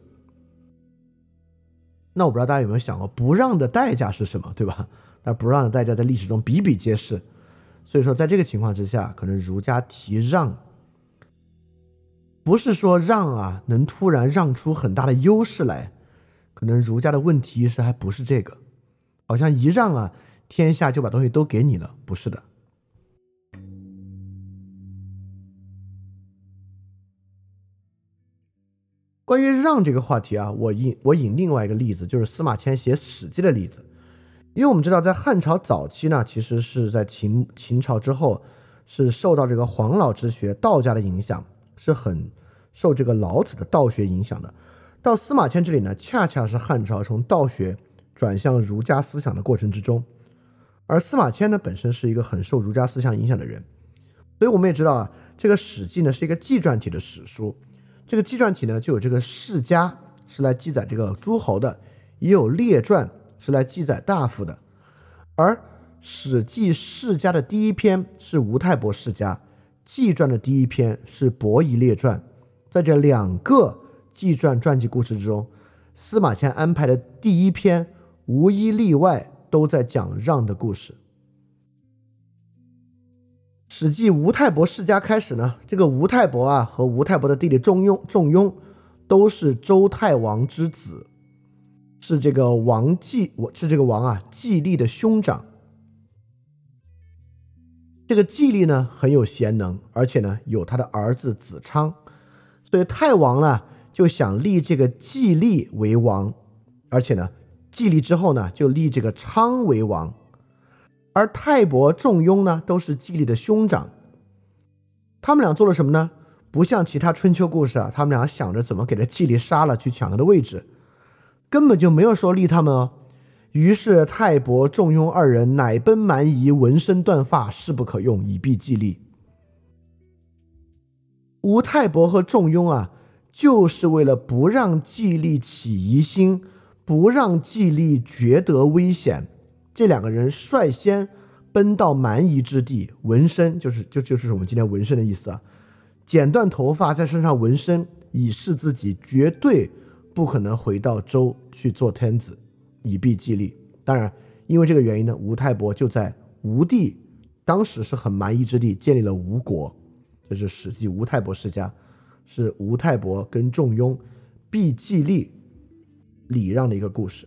那我不知道大家有没有想过不让的代价是什么，对吧？但不让的代价在历史中比比皆是。所以说在这个情况之下，可能儒家提让，不是说让啊能突然让出很大的优势来，可能儒家的问题意识还不是这个，好像一让啊天下就把东西都给你了，不是的。关于让这个话题啊，我引我引另外一个例子，就是司马迁写《史记》的例子。因为我们知道在汉朝早期呢，其实是在秦秦朝之后，是受到这个黄老之学道家的影响，是很受这个老子的道学影响的。到司马迁这里呢，恰恰是汉朝从道学转向儒家思想的过程之中。而司马迁呢本身是一个很受儒家思想影响的人，所以我们也知道啊，这个《史记》呢是一个纪传体的史书。这个纪传体呢就有这个世家是来记载这个诸侯的，也有列传是来记载大夫的。而《史记》世家的第一篇是吴太伯世家，纪传的第一篇是伯夷列传。在这两个纪传传记故事之中，司马迁安排的第一篇无一例外都在讲让的故事。史记吴太伯世家开始呢，这个吴太伯啊和吴太伯的弟弟仲雍仲雍都是周太王之子，是这个王季是这个王啊季历的兄长。这个季历呢很有贤能，而且呢有他的儿子子昌， 所以太王呢就想立这个季历为王，而且呢季历之后呢就立这个昌为王。而泰伯、仲雍呢都是季历的兄长，他们俩做了什么呢？不像其他春秋故事啊，他们俩想着怎么给这季历杀了去抢他的位置，根本就没有说立他们哦。于是泰伯、仲雍二人乃奔蛮夷，纹身断发，誓不可用，以避季历。吴泰伯和仲雍啊，就是为了不让季历起疑心，不让季历觉得危险，这两个人率先奔到蛮夷之地，纹身就是就就是我们今天纹身的意思啊，剪断头发在身上纹身，以示自己绝对不可能回到周去做天子，以避季历。当然因为这个原因呢，吴泰伯就在吴地，当时是很蛮夷之地，建立了吴国。这是史记吴泰伯世家，是吴泰伯跟仲雍避季历礼让的一个故事。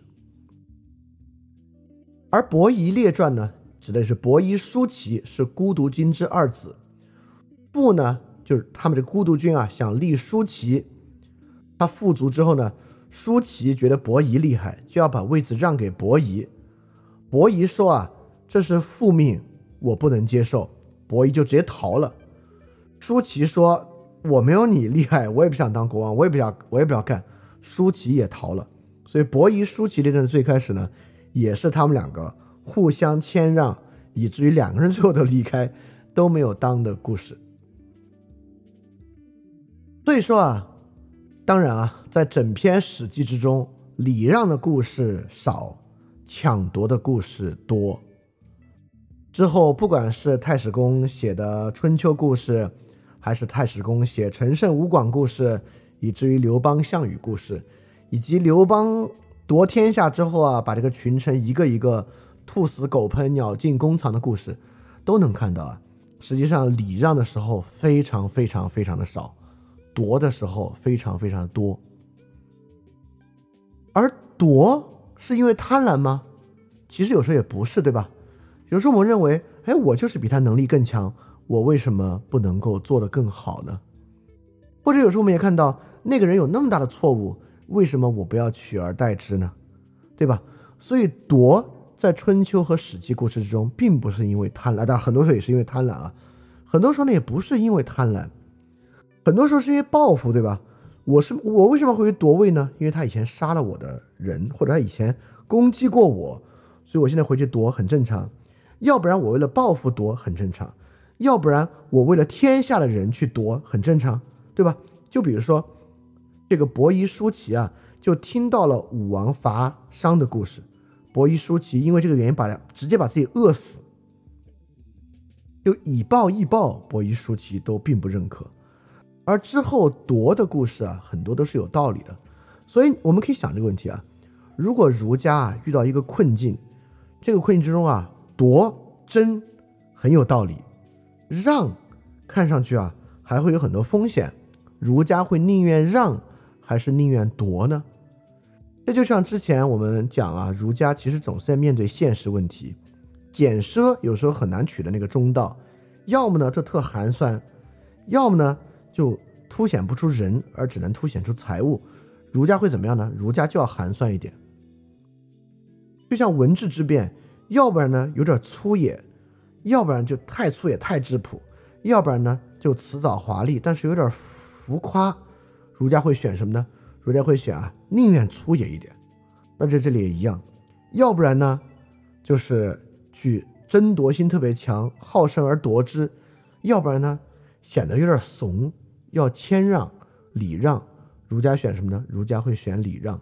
而伯夷列传呢，指的是伯夷叔齐，是孤独君之二子。父呢，就是他们这个孤独君啊，想立叔齐，他富足之后呢，叔齐觉得伯夷厉害，就要把位子让给伯夷。伯夷说啊，这是父命，我不能接受。伯夷就直接逃了。叔齐说，我没有你厉害，我也不想当国王，我也不要，我也不要干。叔齐也逃了。所以伯夷叔齐列传最开始呢，也是他们两个互相谦让，以至于两个人最后都离开，都没有当的故事。所以说啊，当然啊，在整篇史记之中，礼让的故事少，抢夺的故事多。之后不管是太史公写的春秋故事，还是太史公写陈胜吴广故事，以至于刘邦项羽故事，以及刘邦夺天下之后啊，把这个群臣一个一个兔死狗烹鸟尽弓藏的故事，都能看到啊。实际上礼让的时候非常非常非常的少，夺的时候非常非常的多。而夺是因为贪婪吗？其实有时候也不是，对吧？有时候我们认为，哎，我就是比他能力更强，我为什么不能够做得更好呢？或者有时候我们也看到，那个人有那么大的错误，为什么我不要取而代之呢？对吧？所以夺在春秋和史记故事之中，并不是因为贪婪，当然很多时候也是因为贪婪啊，很多时候呢也不是因为贪婪，很多时候是因为报复，对吧？我是我为什么会夺位呢？因为他以前杀了我的人，或者他以前攻击过我，所以我现在回去夺很正常。要不然我为了报复夺很正常，要不然我为了天下的人去夺很正常，对吧？就比如说这个伯夷叔齐啊，就听到了武王伐商的故事，伯夷叔齐因为这个原因把直接把自己饿死，就以暴易暴，伯夷叔齐都并不认可。而之后夺的故事啊，很多都是有道理的。所以我们可以想这个问题啊，如果儒家啊遇到一个困境，这个困境之中啊，夺争很有道理，让看上去啊还会有很多风险，儒家会宁愿让还是宁愿夺呢？这就像之前我们讲啊，儒家其实总是在面对现实问题，俭奢有时候很难取得那个中道，要么呢这特寒酸，要么呢就凸显不出人，而只能凸显出财物。儒家会怎么样呢？儒家就要寒酸一点，就像文治之变，要不然呢有点粗野，要不然就太粗野太质朴，要不然呢就辞藻华丽但是有点浮夸。儒家会选什么呢？儒家会选啊宁愿粗野一点。那在这里也一样，要不然呢就是去争夺心特别强，好胜而夺之，要不然呢显得有点怂，要谦让礼让。儒家选什么呢？儒家会选礼让。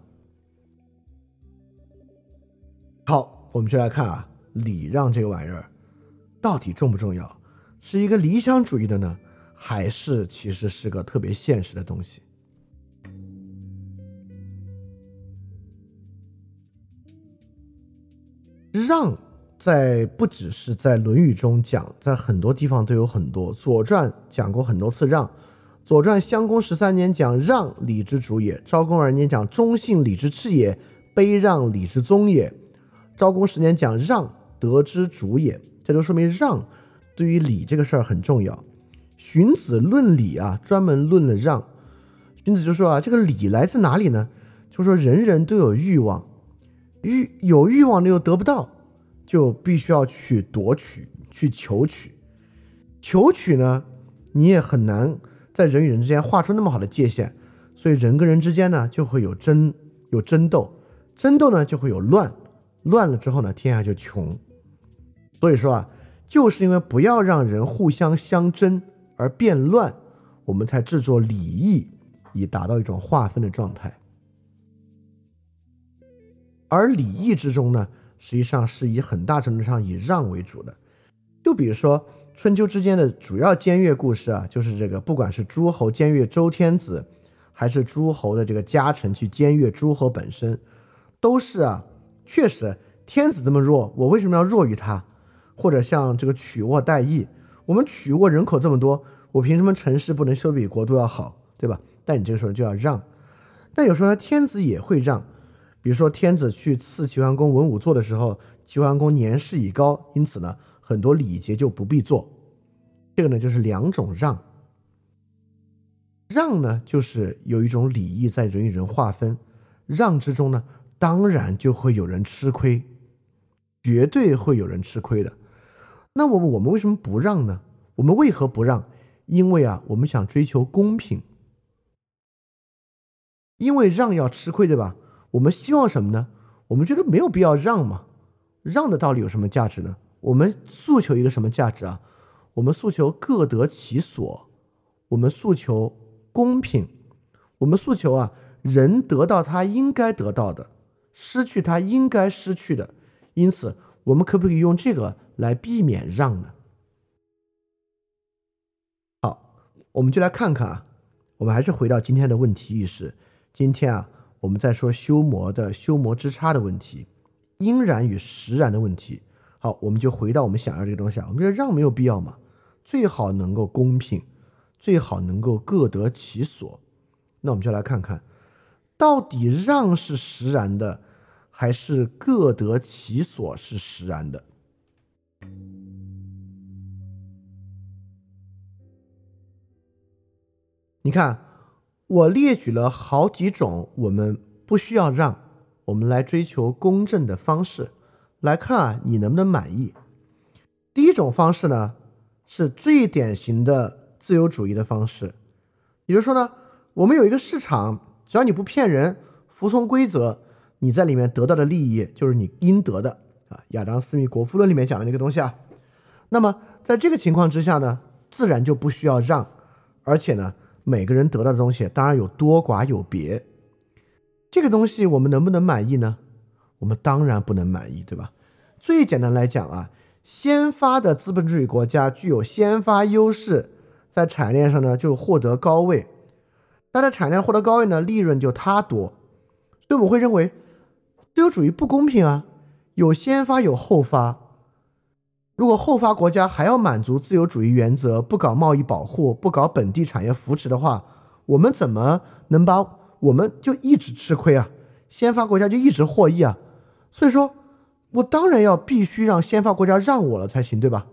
好，我们就来看啊，礼让这个玩意儿到底重不重要？是一个理想主义的呢，还是其实是个特别现实的东西？让在不只是在《论语》中讲，在很多地方都有很多，《左传》讲过很多次让。《左传》襄公十三年讲让礼之主也，昭公二年讲忠信礼之次也，卑让礼之宗也。昭公十年讲让德之主也，这都说明让对于礼这个事儿很重要。荀子论礼啊，专门论了让。 荀子就说啊，这个礼来自哪里呢？就说人人都有欲望，欲有欲望的又得不到，就必须要去夺取，去求取。求取呢，你也很难在人与人之间画出那么好的界限，所以人跟人之间呢就会有争有争斗，争斗呢就会有乱，乱了之后呢天下就穷。所以说啊，就是因为不要让人互相相争而变乱，我们才制作礼义，以达到一种划分的状态。而礼义之中呢，实际上是以很大程度上以让为主的。就比如说春秋之间的主要奸越故事啊，就是这个不管是诸侯奸越周天子，还是诸侯的这个家臣去奸越诸侯本身，都是啊，确实天子这么弱，我为什么要弱于他？或者像这个曲沃代邑，我们曲沃人口这么多，我凭什么城市不能修得比国都要好，对吧？但你这个时候就要让。但有时候呢，天子也会让，比如说天子去赐齐桓公文武座的时候，齐桓公年事已高，因此呢很多礼节就不必做。这个呢就是两种让。让呢就是有一种礼义在人与人划分，让之中呢当然就会有人吃亏，绝对会有人吃亏的。那我们我们为什么不让呢？我们为何不让？因为啊我们想追求公平。因为让要吃亏，对吧？我们希望什么呢？我们觉得没有必要让嘛，让的道理有什么价值呢？我们诉求一个什么价值啊？我们诉求各得其所，我们诉求公平，我们诉求啊人得到他应该得到的，失去他应该失去的。因此我们可不可以用这个来避免让呢？好，我们就来看看啊，我们还是回到今天的问题意识。今天啊，我们在说修魔的修魔之差的问题，应然与实然的问题。好，我们就回到我们想要这个东西啊，我们觉得让没有必要嘛，最好能够公平，最好能够各得其所。那我们就来看看，到底让是实然的，还是各得其所是实然的？你看，我列举了好几种我们不需要让，我们来追求公正的方式，来看啊，你能不能满意？第一种方式呢，是最典型的自由主义的方式。也就是说呢，我们有一个市场，只要你不骗人，服从规则，你在里面得到的利益就是你应得的啊。亚当·斯密《国富论》里面讲的那个东西啊。那么在这个情况之下呢，自然就不需要让，而且呢，每个人得到的东西当然有多寡有别。这个东西我们能不能满意呢？我们当然不能满意，对吧？最简单来讲啊，先发的资本主义国家具有先发优势，在产业链上呢就获得高位，那在产业链获得高位呢，利润就他多，所以我们会认为自由主义不公平啊，有先发有后发。如果后发国家还要满足自由主义原则，不搞贸易保护，不搞本地产业扶持的话，我们怎么能把我们就一直吃亏啊？先发国家就一直获益啊？所以说我当然要必须让先发国家让我了才行，对吧？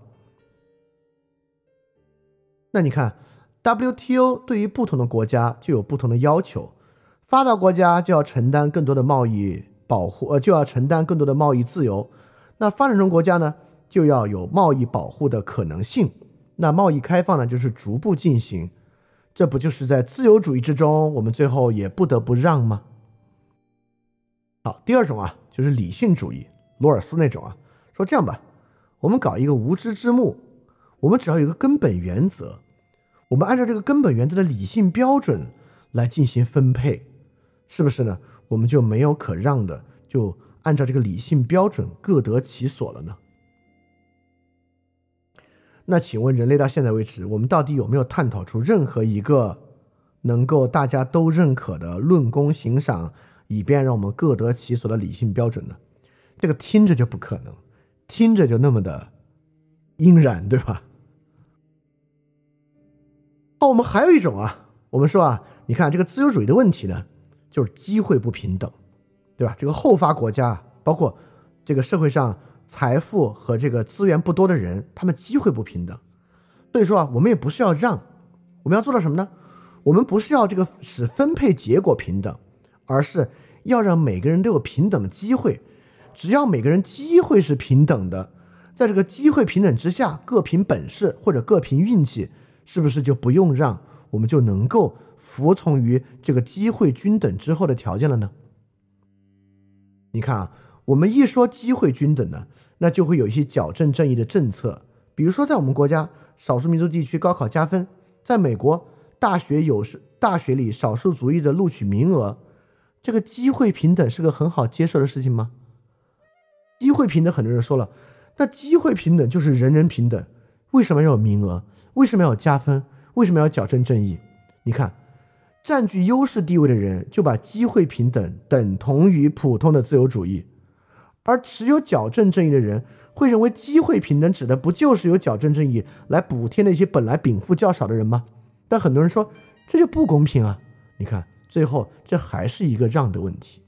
那你看 W T O 对于不同的国家就有不同的要求，发达国家就要承担更多的贸易保护，呃，就要承担更多的贸易自由，那发展中国家呢就要有贸易保护的可能性，那贸易开放呢就是逐步进行，这不就是在自由主义之中我们最后也不得不让吗？好，第二种啊就是理性主义，罗尔斯那种啊，说这样吧，我们搞一个无知之幕，我们只要有一个根本原则，我们按照这个根本原则的理性标准来进行分配，是不是呢？我们就没有可让的，就按照这个理性标准各得其所了呢？那请问人类到现在为止，我们到底有没有探讨出任何一个能够大家都认可的论功行赏，以便让我们各得其所的理性标准呢？这个听着就不可能，听着就那么的阴然，对吧？好，我们还有一种啊，我们说啊，你看这个自由主义的问题呢，就是机会不平等，对吧？这个后发国家，包括这个社会上财富和这个资源不多的人，他们机会不平等。所以说啊，我们也不是要让，我们要做到什么呢？ 我们不是要这个使分配结果平等，而是要让每个人都有平等的机会。只要每个人机会是平等的，在这个机会平等之下，各凭本事或者各凭运气，是不是就不用让，我们就能够服从于这个机会均等之后的条件了呢？你看啊，我们一说机会均等呢，那就会有一些矫正正义的政策。比如说在我们国家少数民族地区高考加分，在美国大学有大学里少数族裔的录取名额，这个机会平等是个很好接受的事情吗？机会平等很多人说了，那机会平等就是人人平等，为什么要有名额？为什么要有加分？为什么要矫正正义？你看，占据优势地位的人就把机会平等等同于普通的自由主义，而持有矫正正义的人会认为机会平等指的不就是由矫正正义来补贴那些本来禀赋较少的人吗？但很多人说这就不公平啊！你看，最后这还是一个让的问题。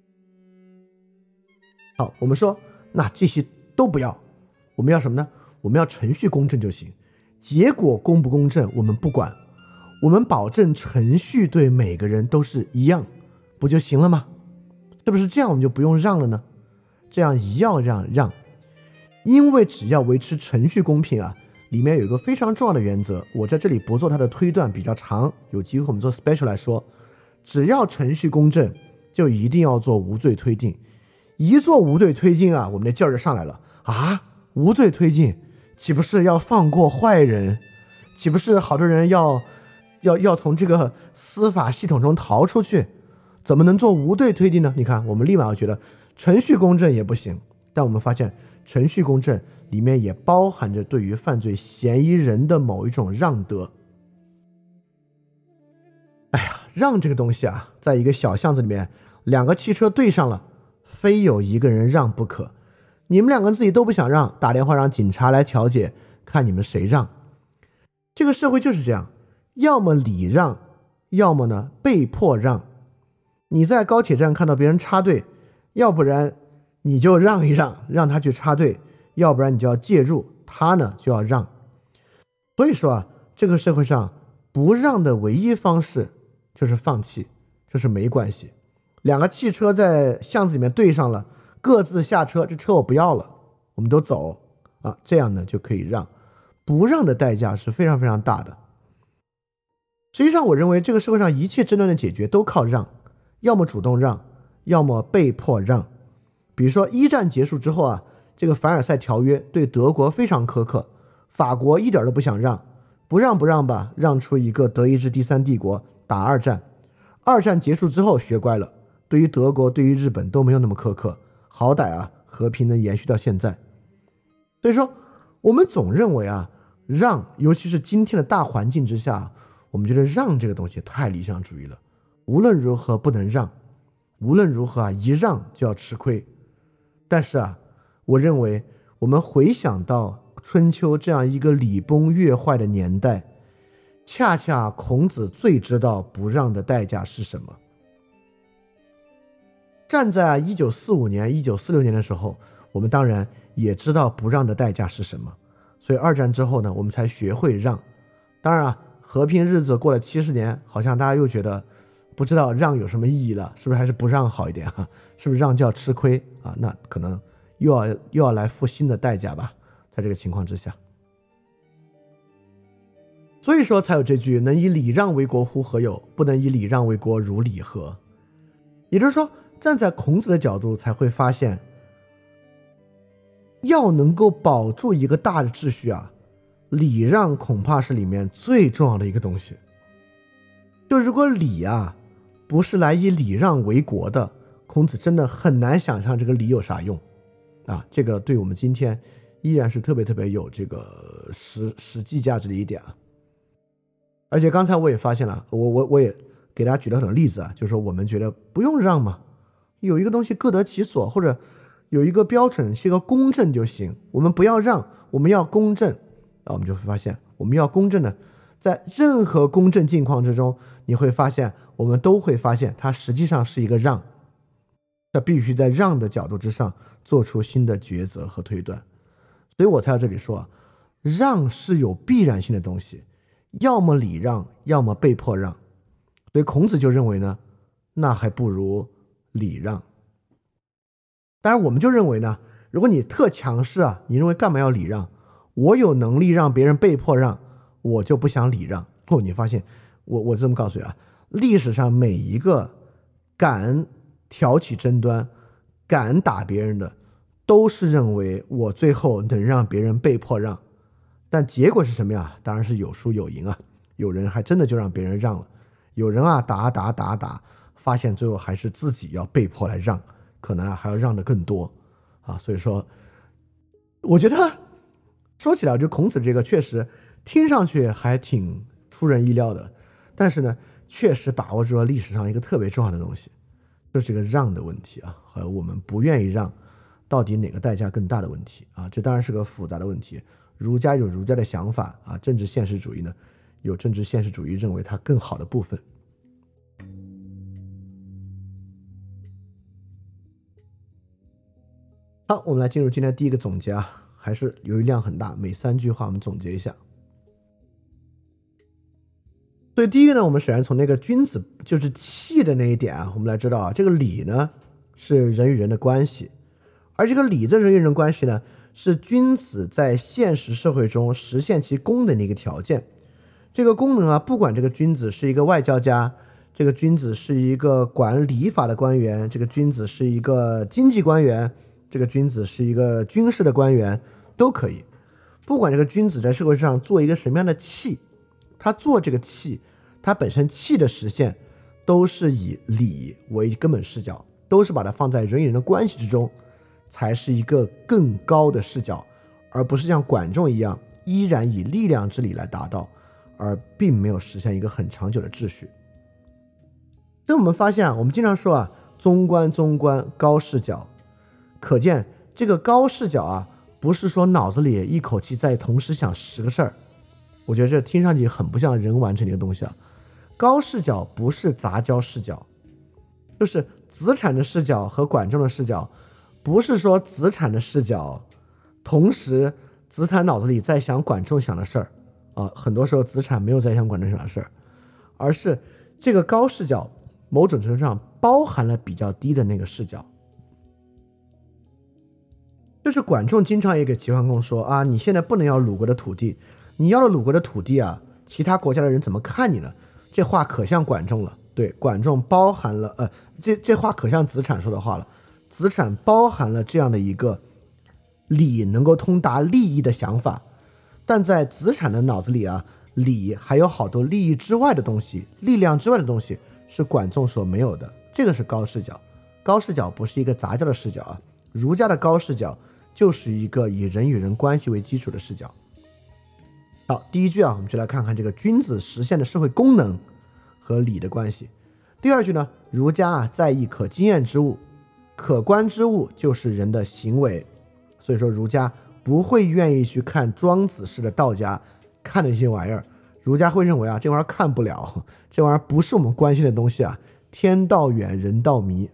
好，我们说那这些都不要，我们要什么呢？我们要程序公正就行，结果公不公正我们不管，我们保证程序对每个人都是一样，不就行了吗？是不是这样我们就不用让了呢？这样一要让让，因为只要维持程序公平啊，里面有一个非常重要的原则，我在这里不做它的推断，比较长，有机会我们做 special 来说。只要程序公正，就一定要做无罪推定。一做无罪推进啊，我们的劲儿就上来了啊！无罪推进，岂不是要放过坏人？岂不是好多人要要要从这个司法系统中逃出去？怎么能做无罪推进呢？你看，我们立马要觉得程序公正也不行，但我们发现程序公正里面也包含着对于犯罪嫌疑人的某一种让得。哎呀，让这个东西啊，在一个小巷子里面，两个汽车对上了，非有一个人让不可。你们两个人自己都不想让，打电话让警察来调解，看你们谁让。这个社会就是这样，要么礼让，要么呢被迫让。你在高铁站看到别人插队，要不然你就让一让，让他去插队，要不然你就要介入，他呢就要让。所以说啊，这个社会上不让的唯一方式就是放弃，就是没关系。两个汽车在巷子里面对上了，各自下车，这车我不要了，我们都走啊，这样呢就可以让。不让的代价是非常非常大的。实际上我认为这个社会上一切争端的解决都靠让，要么主动让，要么被迫让。比如说一战结束之后啊，这个凡尔赛条约对德国非常苛刻，法国一点都不想让，不让不让吧，让出一个德意志第三帝国打二战。二战结束之后学乖了，对于德国对于日本都没有那么苛刻，好歹啊和平能延续到现在。所以说我们总认为啊让，尤其是今天的大环境之下，我们觉得让这个东西太理想主义了，无论如何不能让，无论如何啊一让就要吃亏。但是啊我认为我们回想到春秋这样一个礼崩乐坏的年代，恰恰孔子最知道不让的代价是什么。站在一九四五年一九四六年的时候，我们当然也知道不让的代价是什么，所以二战之后呢，我们才学会让。当然啊，和平日子过了七十年，好像大家又觉得不知道让有什么意义了，是不是还是不让好一点啊？是不是让就要吃亏啊？那可能又要又要来付新的代价吧，在这个情况之下。所以说才有这句能以礼让为国乎何有，不能以礼让为国如礼何。也就是说站在孔子的角度才会发现，要能够保住一个大的秩序啊，礼让恐怕是里面最重要的一个东西。就如果礼啊不是来以礼让为国的，孔子真的很难想象这个礼有啥用啊！这个对我们今天依然是特别特别有这个实实际价值的一点啊。而且刚才我也发现了，我我我也给大家举了很多例子啊，就是说我们觉得不用让嘛，有一个东西各得其所，或者有一个标准是一个公正就行，我们不要让，我们要公正啊，我们就会发现我们要公正呢，在任何公正境况之中，你会发现我们都会发现它实际上是一个让，它必须在让的角度之上做出新的抉择和推断。所以我才在这里说，让是有必然性的东西， 要么礼让，要么被迫让。所以孔子就认为呢，那还不如礼让。当然我们就认为呢，如果你特强势啊，你认为干嘛要礼让？我有能力让别人被迫让，我就不想礼让。哦，你发现我我这么告诉你啊，历史上每一个敢挑起争端、敢打别人的，都是认为我最后能让别人被迫让。但结果是什么呀？当然是有输有赢啊。有人还真的就让别人让了，有人啊打打打打，发现最后还是自己要被迫来让，可能啊还要让的更多啊。所以说，我觉得说起来，就孔子这个确实听上去还挺出人意料的，但是呢，确实把握住了历史上一个特别重要的东西，就是这个让的问题啊，和我们不愿意让，到底哪个代价更大的问题啊。这当然是个复杂的问题。儒家有儒家的想法啊，政治现实主义呢有政治现实主义认为它更好的部分。好，我们来进入今天第一个总结啊，还是由于量很大，每三句话我们总结一下。所以第一个呢，我们首先从那个君子就是气的那一点啊，我们来知道啊，这个礼呢是人与人的关系，而这个礼的人与人关系呢，是君子在现实社会中实现其功能的一个条件。这个功能啊，不管这个君子是一个外交家，这个君子是一个管礼法的官员，这个君子是一个经济官员，这个君子是一个军事的官员，都可以。不管这个君子在社会上做一个什么样的器，他做这个器，他本身器的实现都是以礼为根本视角，都是把它放在人与人的关系之中，才是一个更高的视角，而不是像管仲一样依然以力量之礼来达到，而并没有实现一个很长久的秩序。所以我们发现啊，我们经常说啊，综观综观高视角，可见这个高视角啊，不是说脑子里一口气在同时想十个事儿。我觉得这听上去很不像人完成的一个东西啊。高视角不是杂交视角，就是子产的视角和管仲的视角，不是说子产的视角同时子产脑子里在想管仲想的事儿啊，很多时候子产没有在想管仲想的事儿，而是这个高视角某种程度上包含了比较低的那个视角。就是管仲经常也给齐桓公说啊，你现在不能要鲁国的土地，你要了鲁国的土地啊，其他国家的人怎么看你呢？这话可像管仲了。对，管仲包含了呃，这这话可像子产说的话了。子产包含了这样的一个礼能够通达利益的想法，但在子产的脑子里啊，礼还有好多利益之外的东西，力量之外的东西是管仲所没有的。这个是高视角。高视角不是一个杂交的视角啊，儒家的高视角就是一个以人与人关系为基础的视角。好，第一句啊，我们就来看看这个君子实现的社会功能和礼的关系。第二句呢，儒家啊在意可经验之物，可观之物就是人的行为，所以说儒家不会愿意去看庄子式的道家看的一些玩意儿，儒家会认为啊，这玩意儿看不了，这玩意儿不是我们关心的东西啊，天道远，人道迷。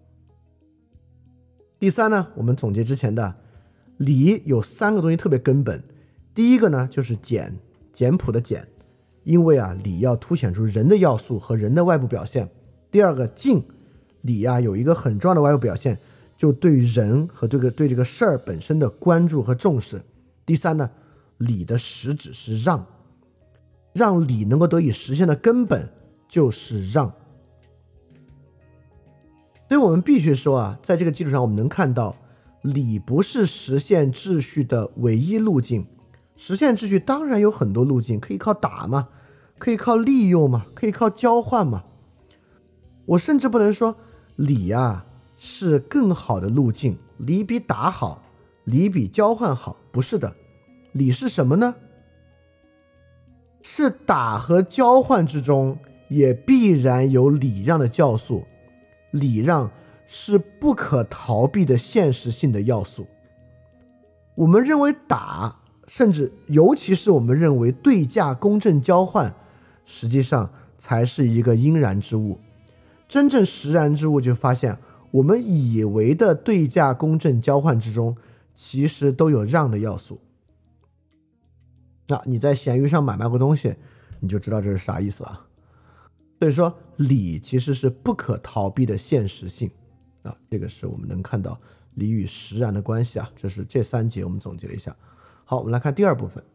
第三呢，我们总结之前的礼有三个东西特别根本。第一个呢，就是简，简朴的简，因为啊，礼要凸显出人的要素和人的外部表现。第二个敬，礼啊有一个很重要的外部表现，就对人和这个对这个事儿本身的关注和重视。第三呢，礼的实质是让，让礼能够得以实现的根本就是让。所以我们必须说啊，在这个基础上，我们能看到礼不是实现秩序的唯一路径。实现秩序当然有很多路径，可以靠打嘛，可以靠利用嘛，可以靠交换嘛。我甚至不能说礼啊是更好的路径，礼比打好，礼比交换好，不是的。礼是什么呢？是打和交换之中也必然有礼让的教素，礼让是不可逃避的现实性的要素。我们认为打，甚至尤其是我们认为对价公正交换，实际上才是一个应然之物。真正实然之物就发现，我们以为的对价公正交换之中，其实都有让的要素。那你在闲鱼上买卖过东西， 你就知道这是啥意思了。所以说理其实是不可逃避的现实性啊，这个是我们能看到理与实然的关系啊。这是这三节我们总结了一下。好，我们来看第二部分。